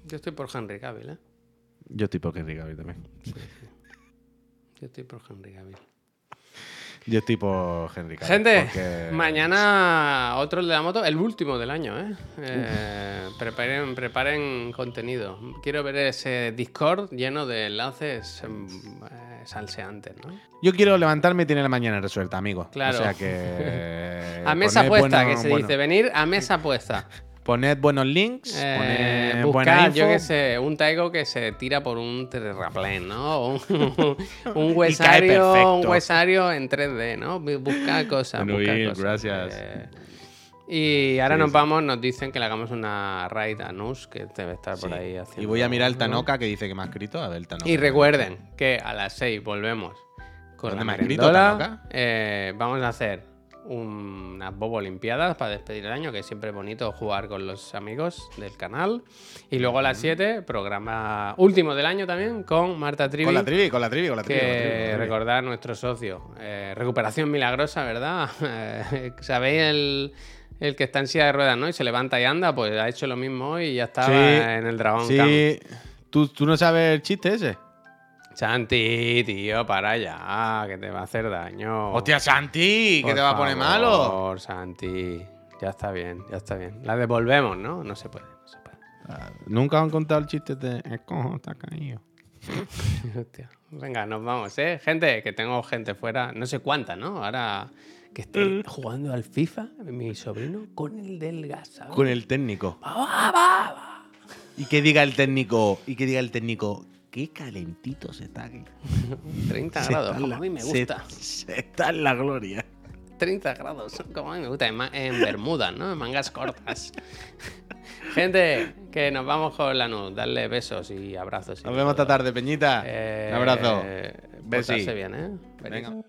Yo estoy por Henry Cavill, ¿eh? Yo estoy por Henry Cavill también. Yo estoy por Henry Cavill. Yo estoy por Henry Cavill. Gente, porque- mañana otro de la moto, el último del año, ¿eh? Preparen contenido. Quiero ver ese Discord lleno de enlaces salseantes, ¿no? Yo quiero levantarme y tener la mañana resuelta, amigo. Claro. O sea que... A mesa poned puesta, bueno- que se bueno, dice, venir a mesa puesta. Poned buenos links, poned buena Buscar, info. yo qué sé, un Taigo que se tira por un terraplén, ¿no? Un huesario, perfecto. un huesario en 3D, ¿no? Buscar cosas. Bueno, buscar Will, cosas. gracias. Y ahora Sí, nos sí. vamos, nos dicen que le hagamos una raid a Nus, que debe estar por Sí. ahí haciendo. Y voy a mirar el ¿no? Tanoka que dice que me ha escrito. A ver, el Tanoka. Y recuerden que a las 6 volvemos con ¿Dónde la me ha escrito, merendola. Tanoka? Vamos a hacer unas Bobo Olimpiadas para despedir el año, que siempre es bonito jugar con los amigos del canal. Y luego a las 7, programa último del año también, con Marta Trivi. Con la trivi, con la trivi, con la trivi. con la trivi, con la Que trivi. recordar nuestro socio. Recuperación milagrosa, ¿verdad? ¿Sabéis el que está en silla de ruedas, ¿no? Y se levanta y anda, pues ha hecho lo mismo hoy y ya estaba Sí, en el Dragón Camp. Sí. ¿Tú no sabes el chiste ese? Santi, tío, para allá, que te va a hacer daño. ¡Hostia, Santi! ¿Que Por te va a poner favor, malo? Santi. Ya está bien, ya está bien. La devolvemos, ¿no? No se puede, no se puede. Nunca han contado el chiste de el cojo está caído. Hostia. Venga, nos vamos, ¿eh? Gente, que tengo gente fuera, no sé cuánta, ¿no? Ahora que esté jugando al FIFA, mi sobrino, con el del gas, ¿sabes? Con el técnico. Y que diga el técnico, qué calentito se está aquí. 30 Se grados, está en como la- a mí me se- gusta. Se está en la gloria. 30 grados, como a mí me gusta. En bermudas, ¿no? En mangas cortas. Gente, que nos vamos con la NUS. Darle besos y abrazos. y Nos vemos esta todo. tarde, Peñita. Un abrazo. Besi. Portarse bien, ¿eh? Venga.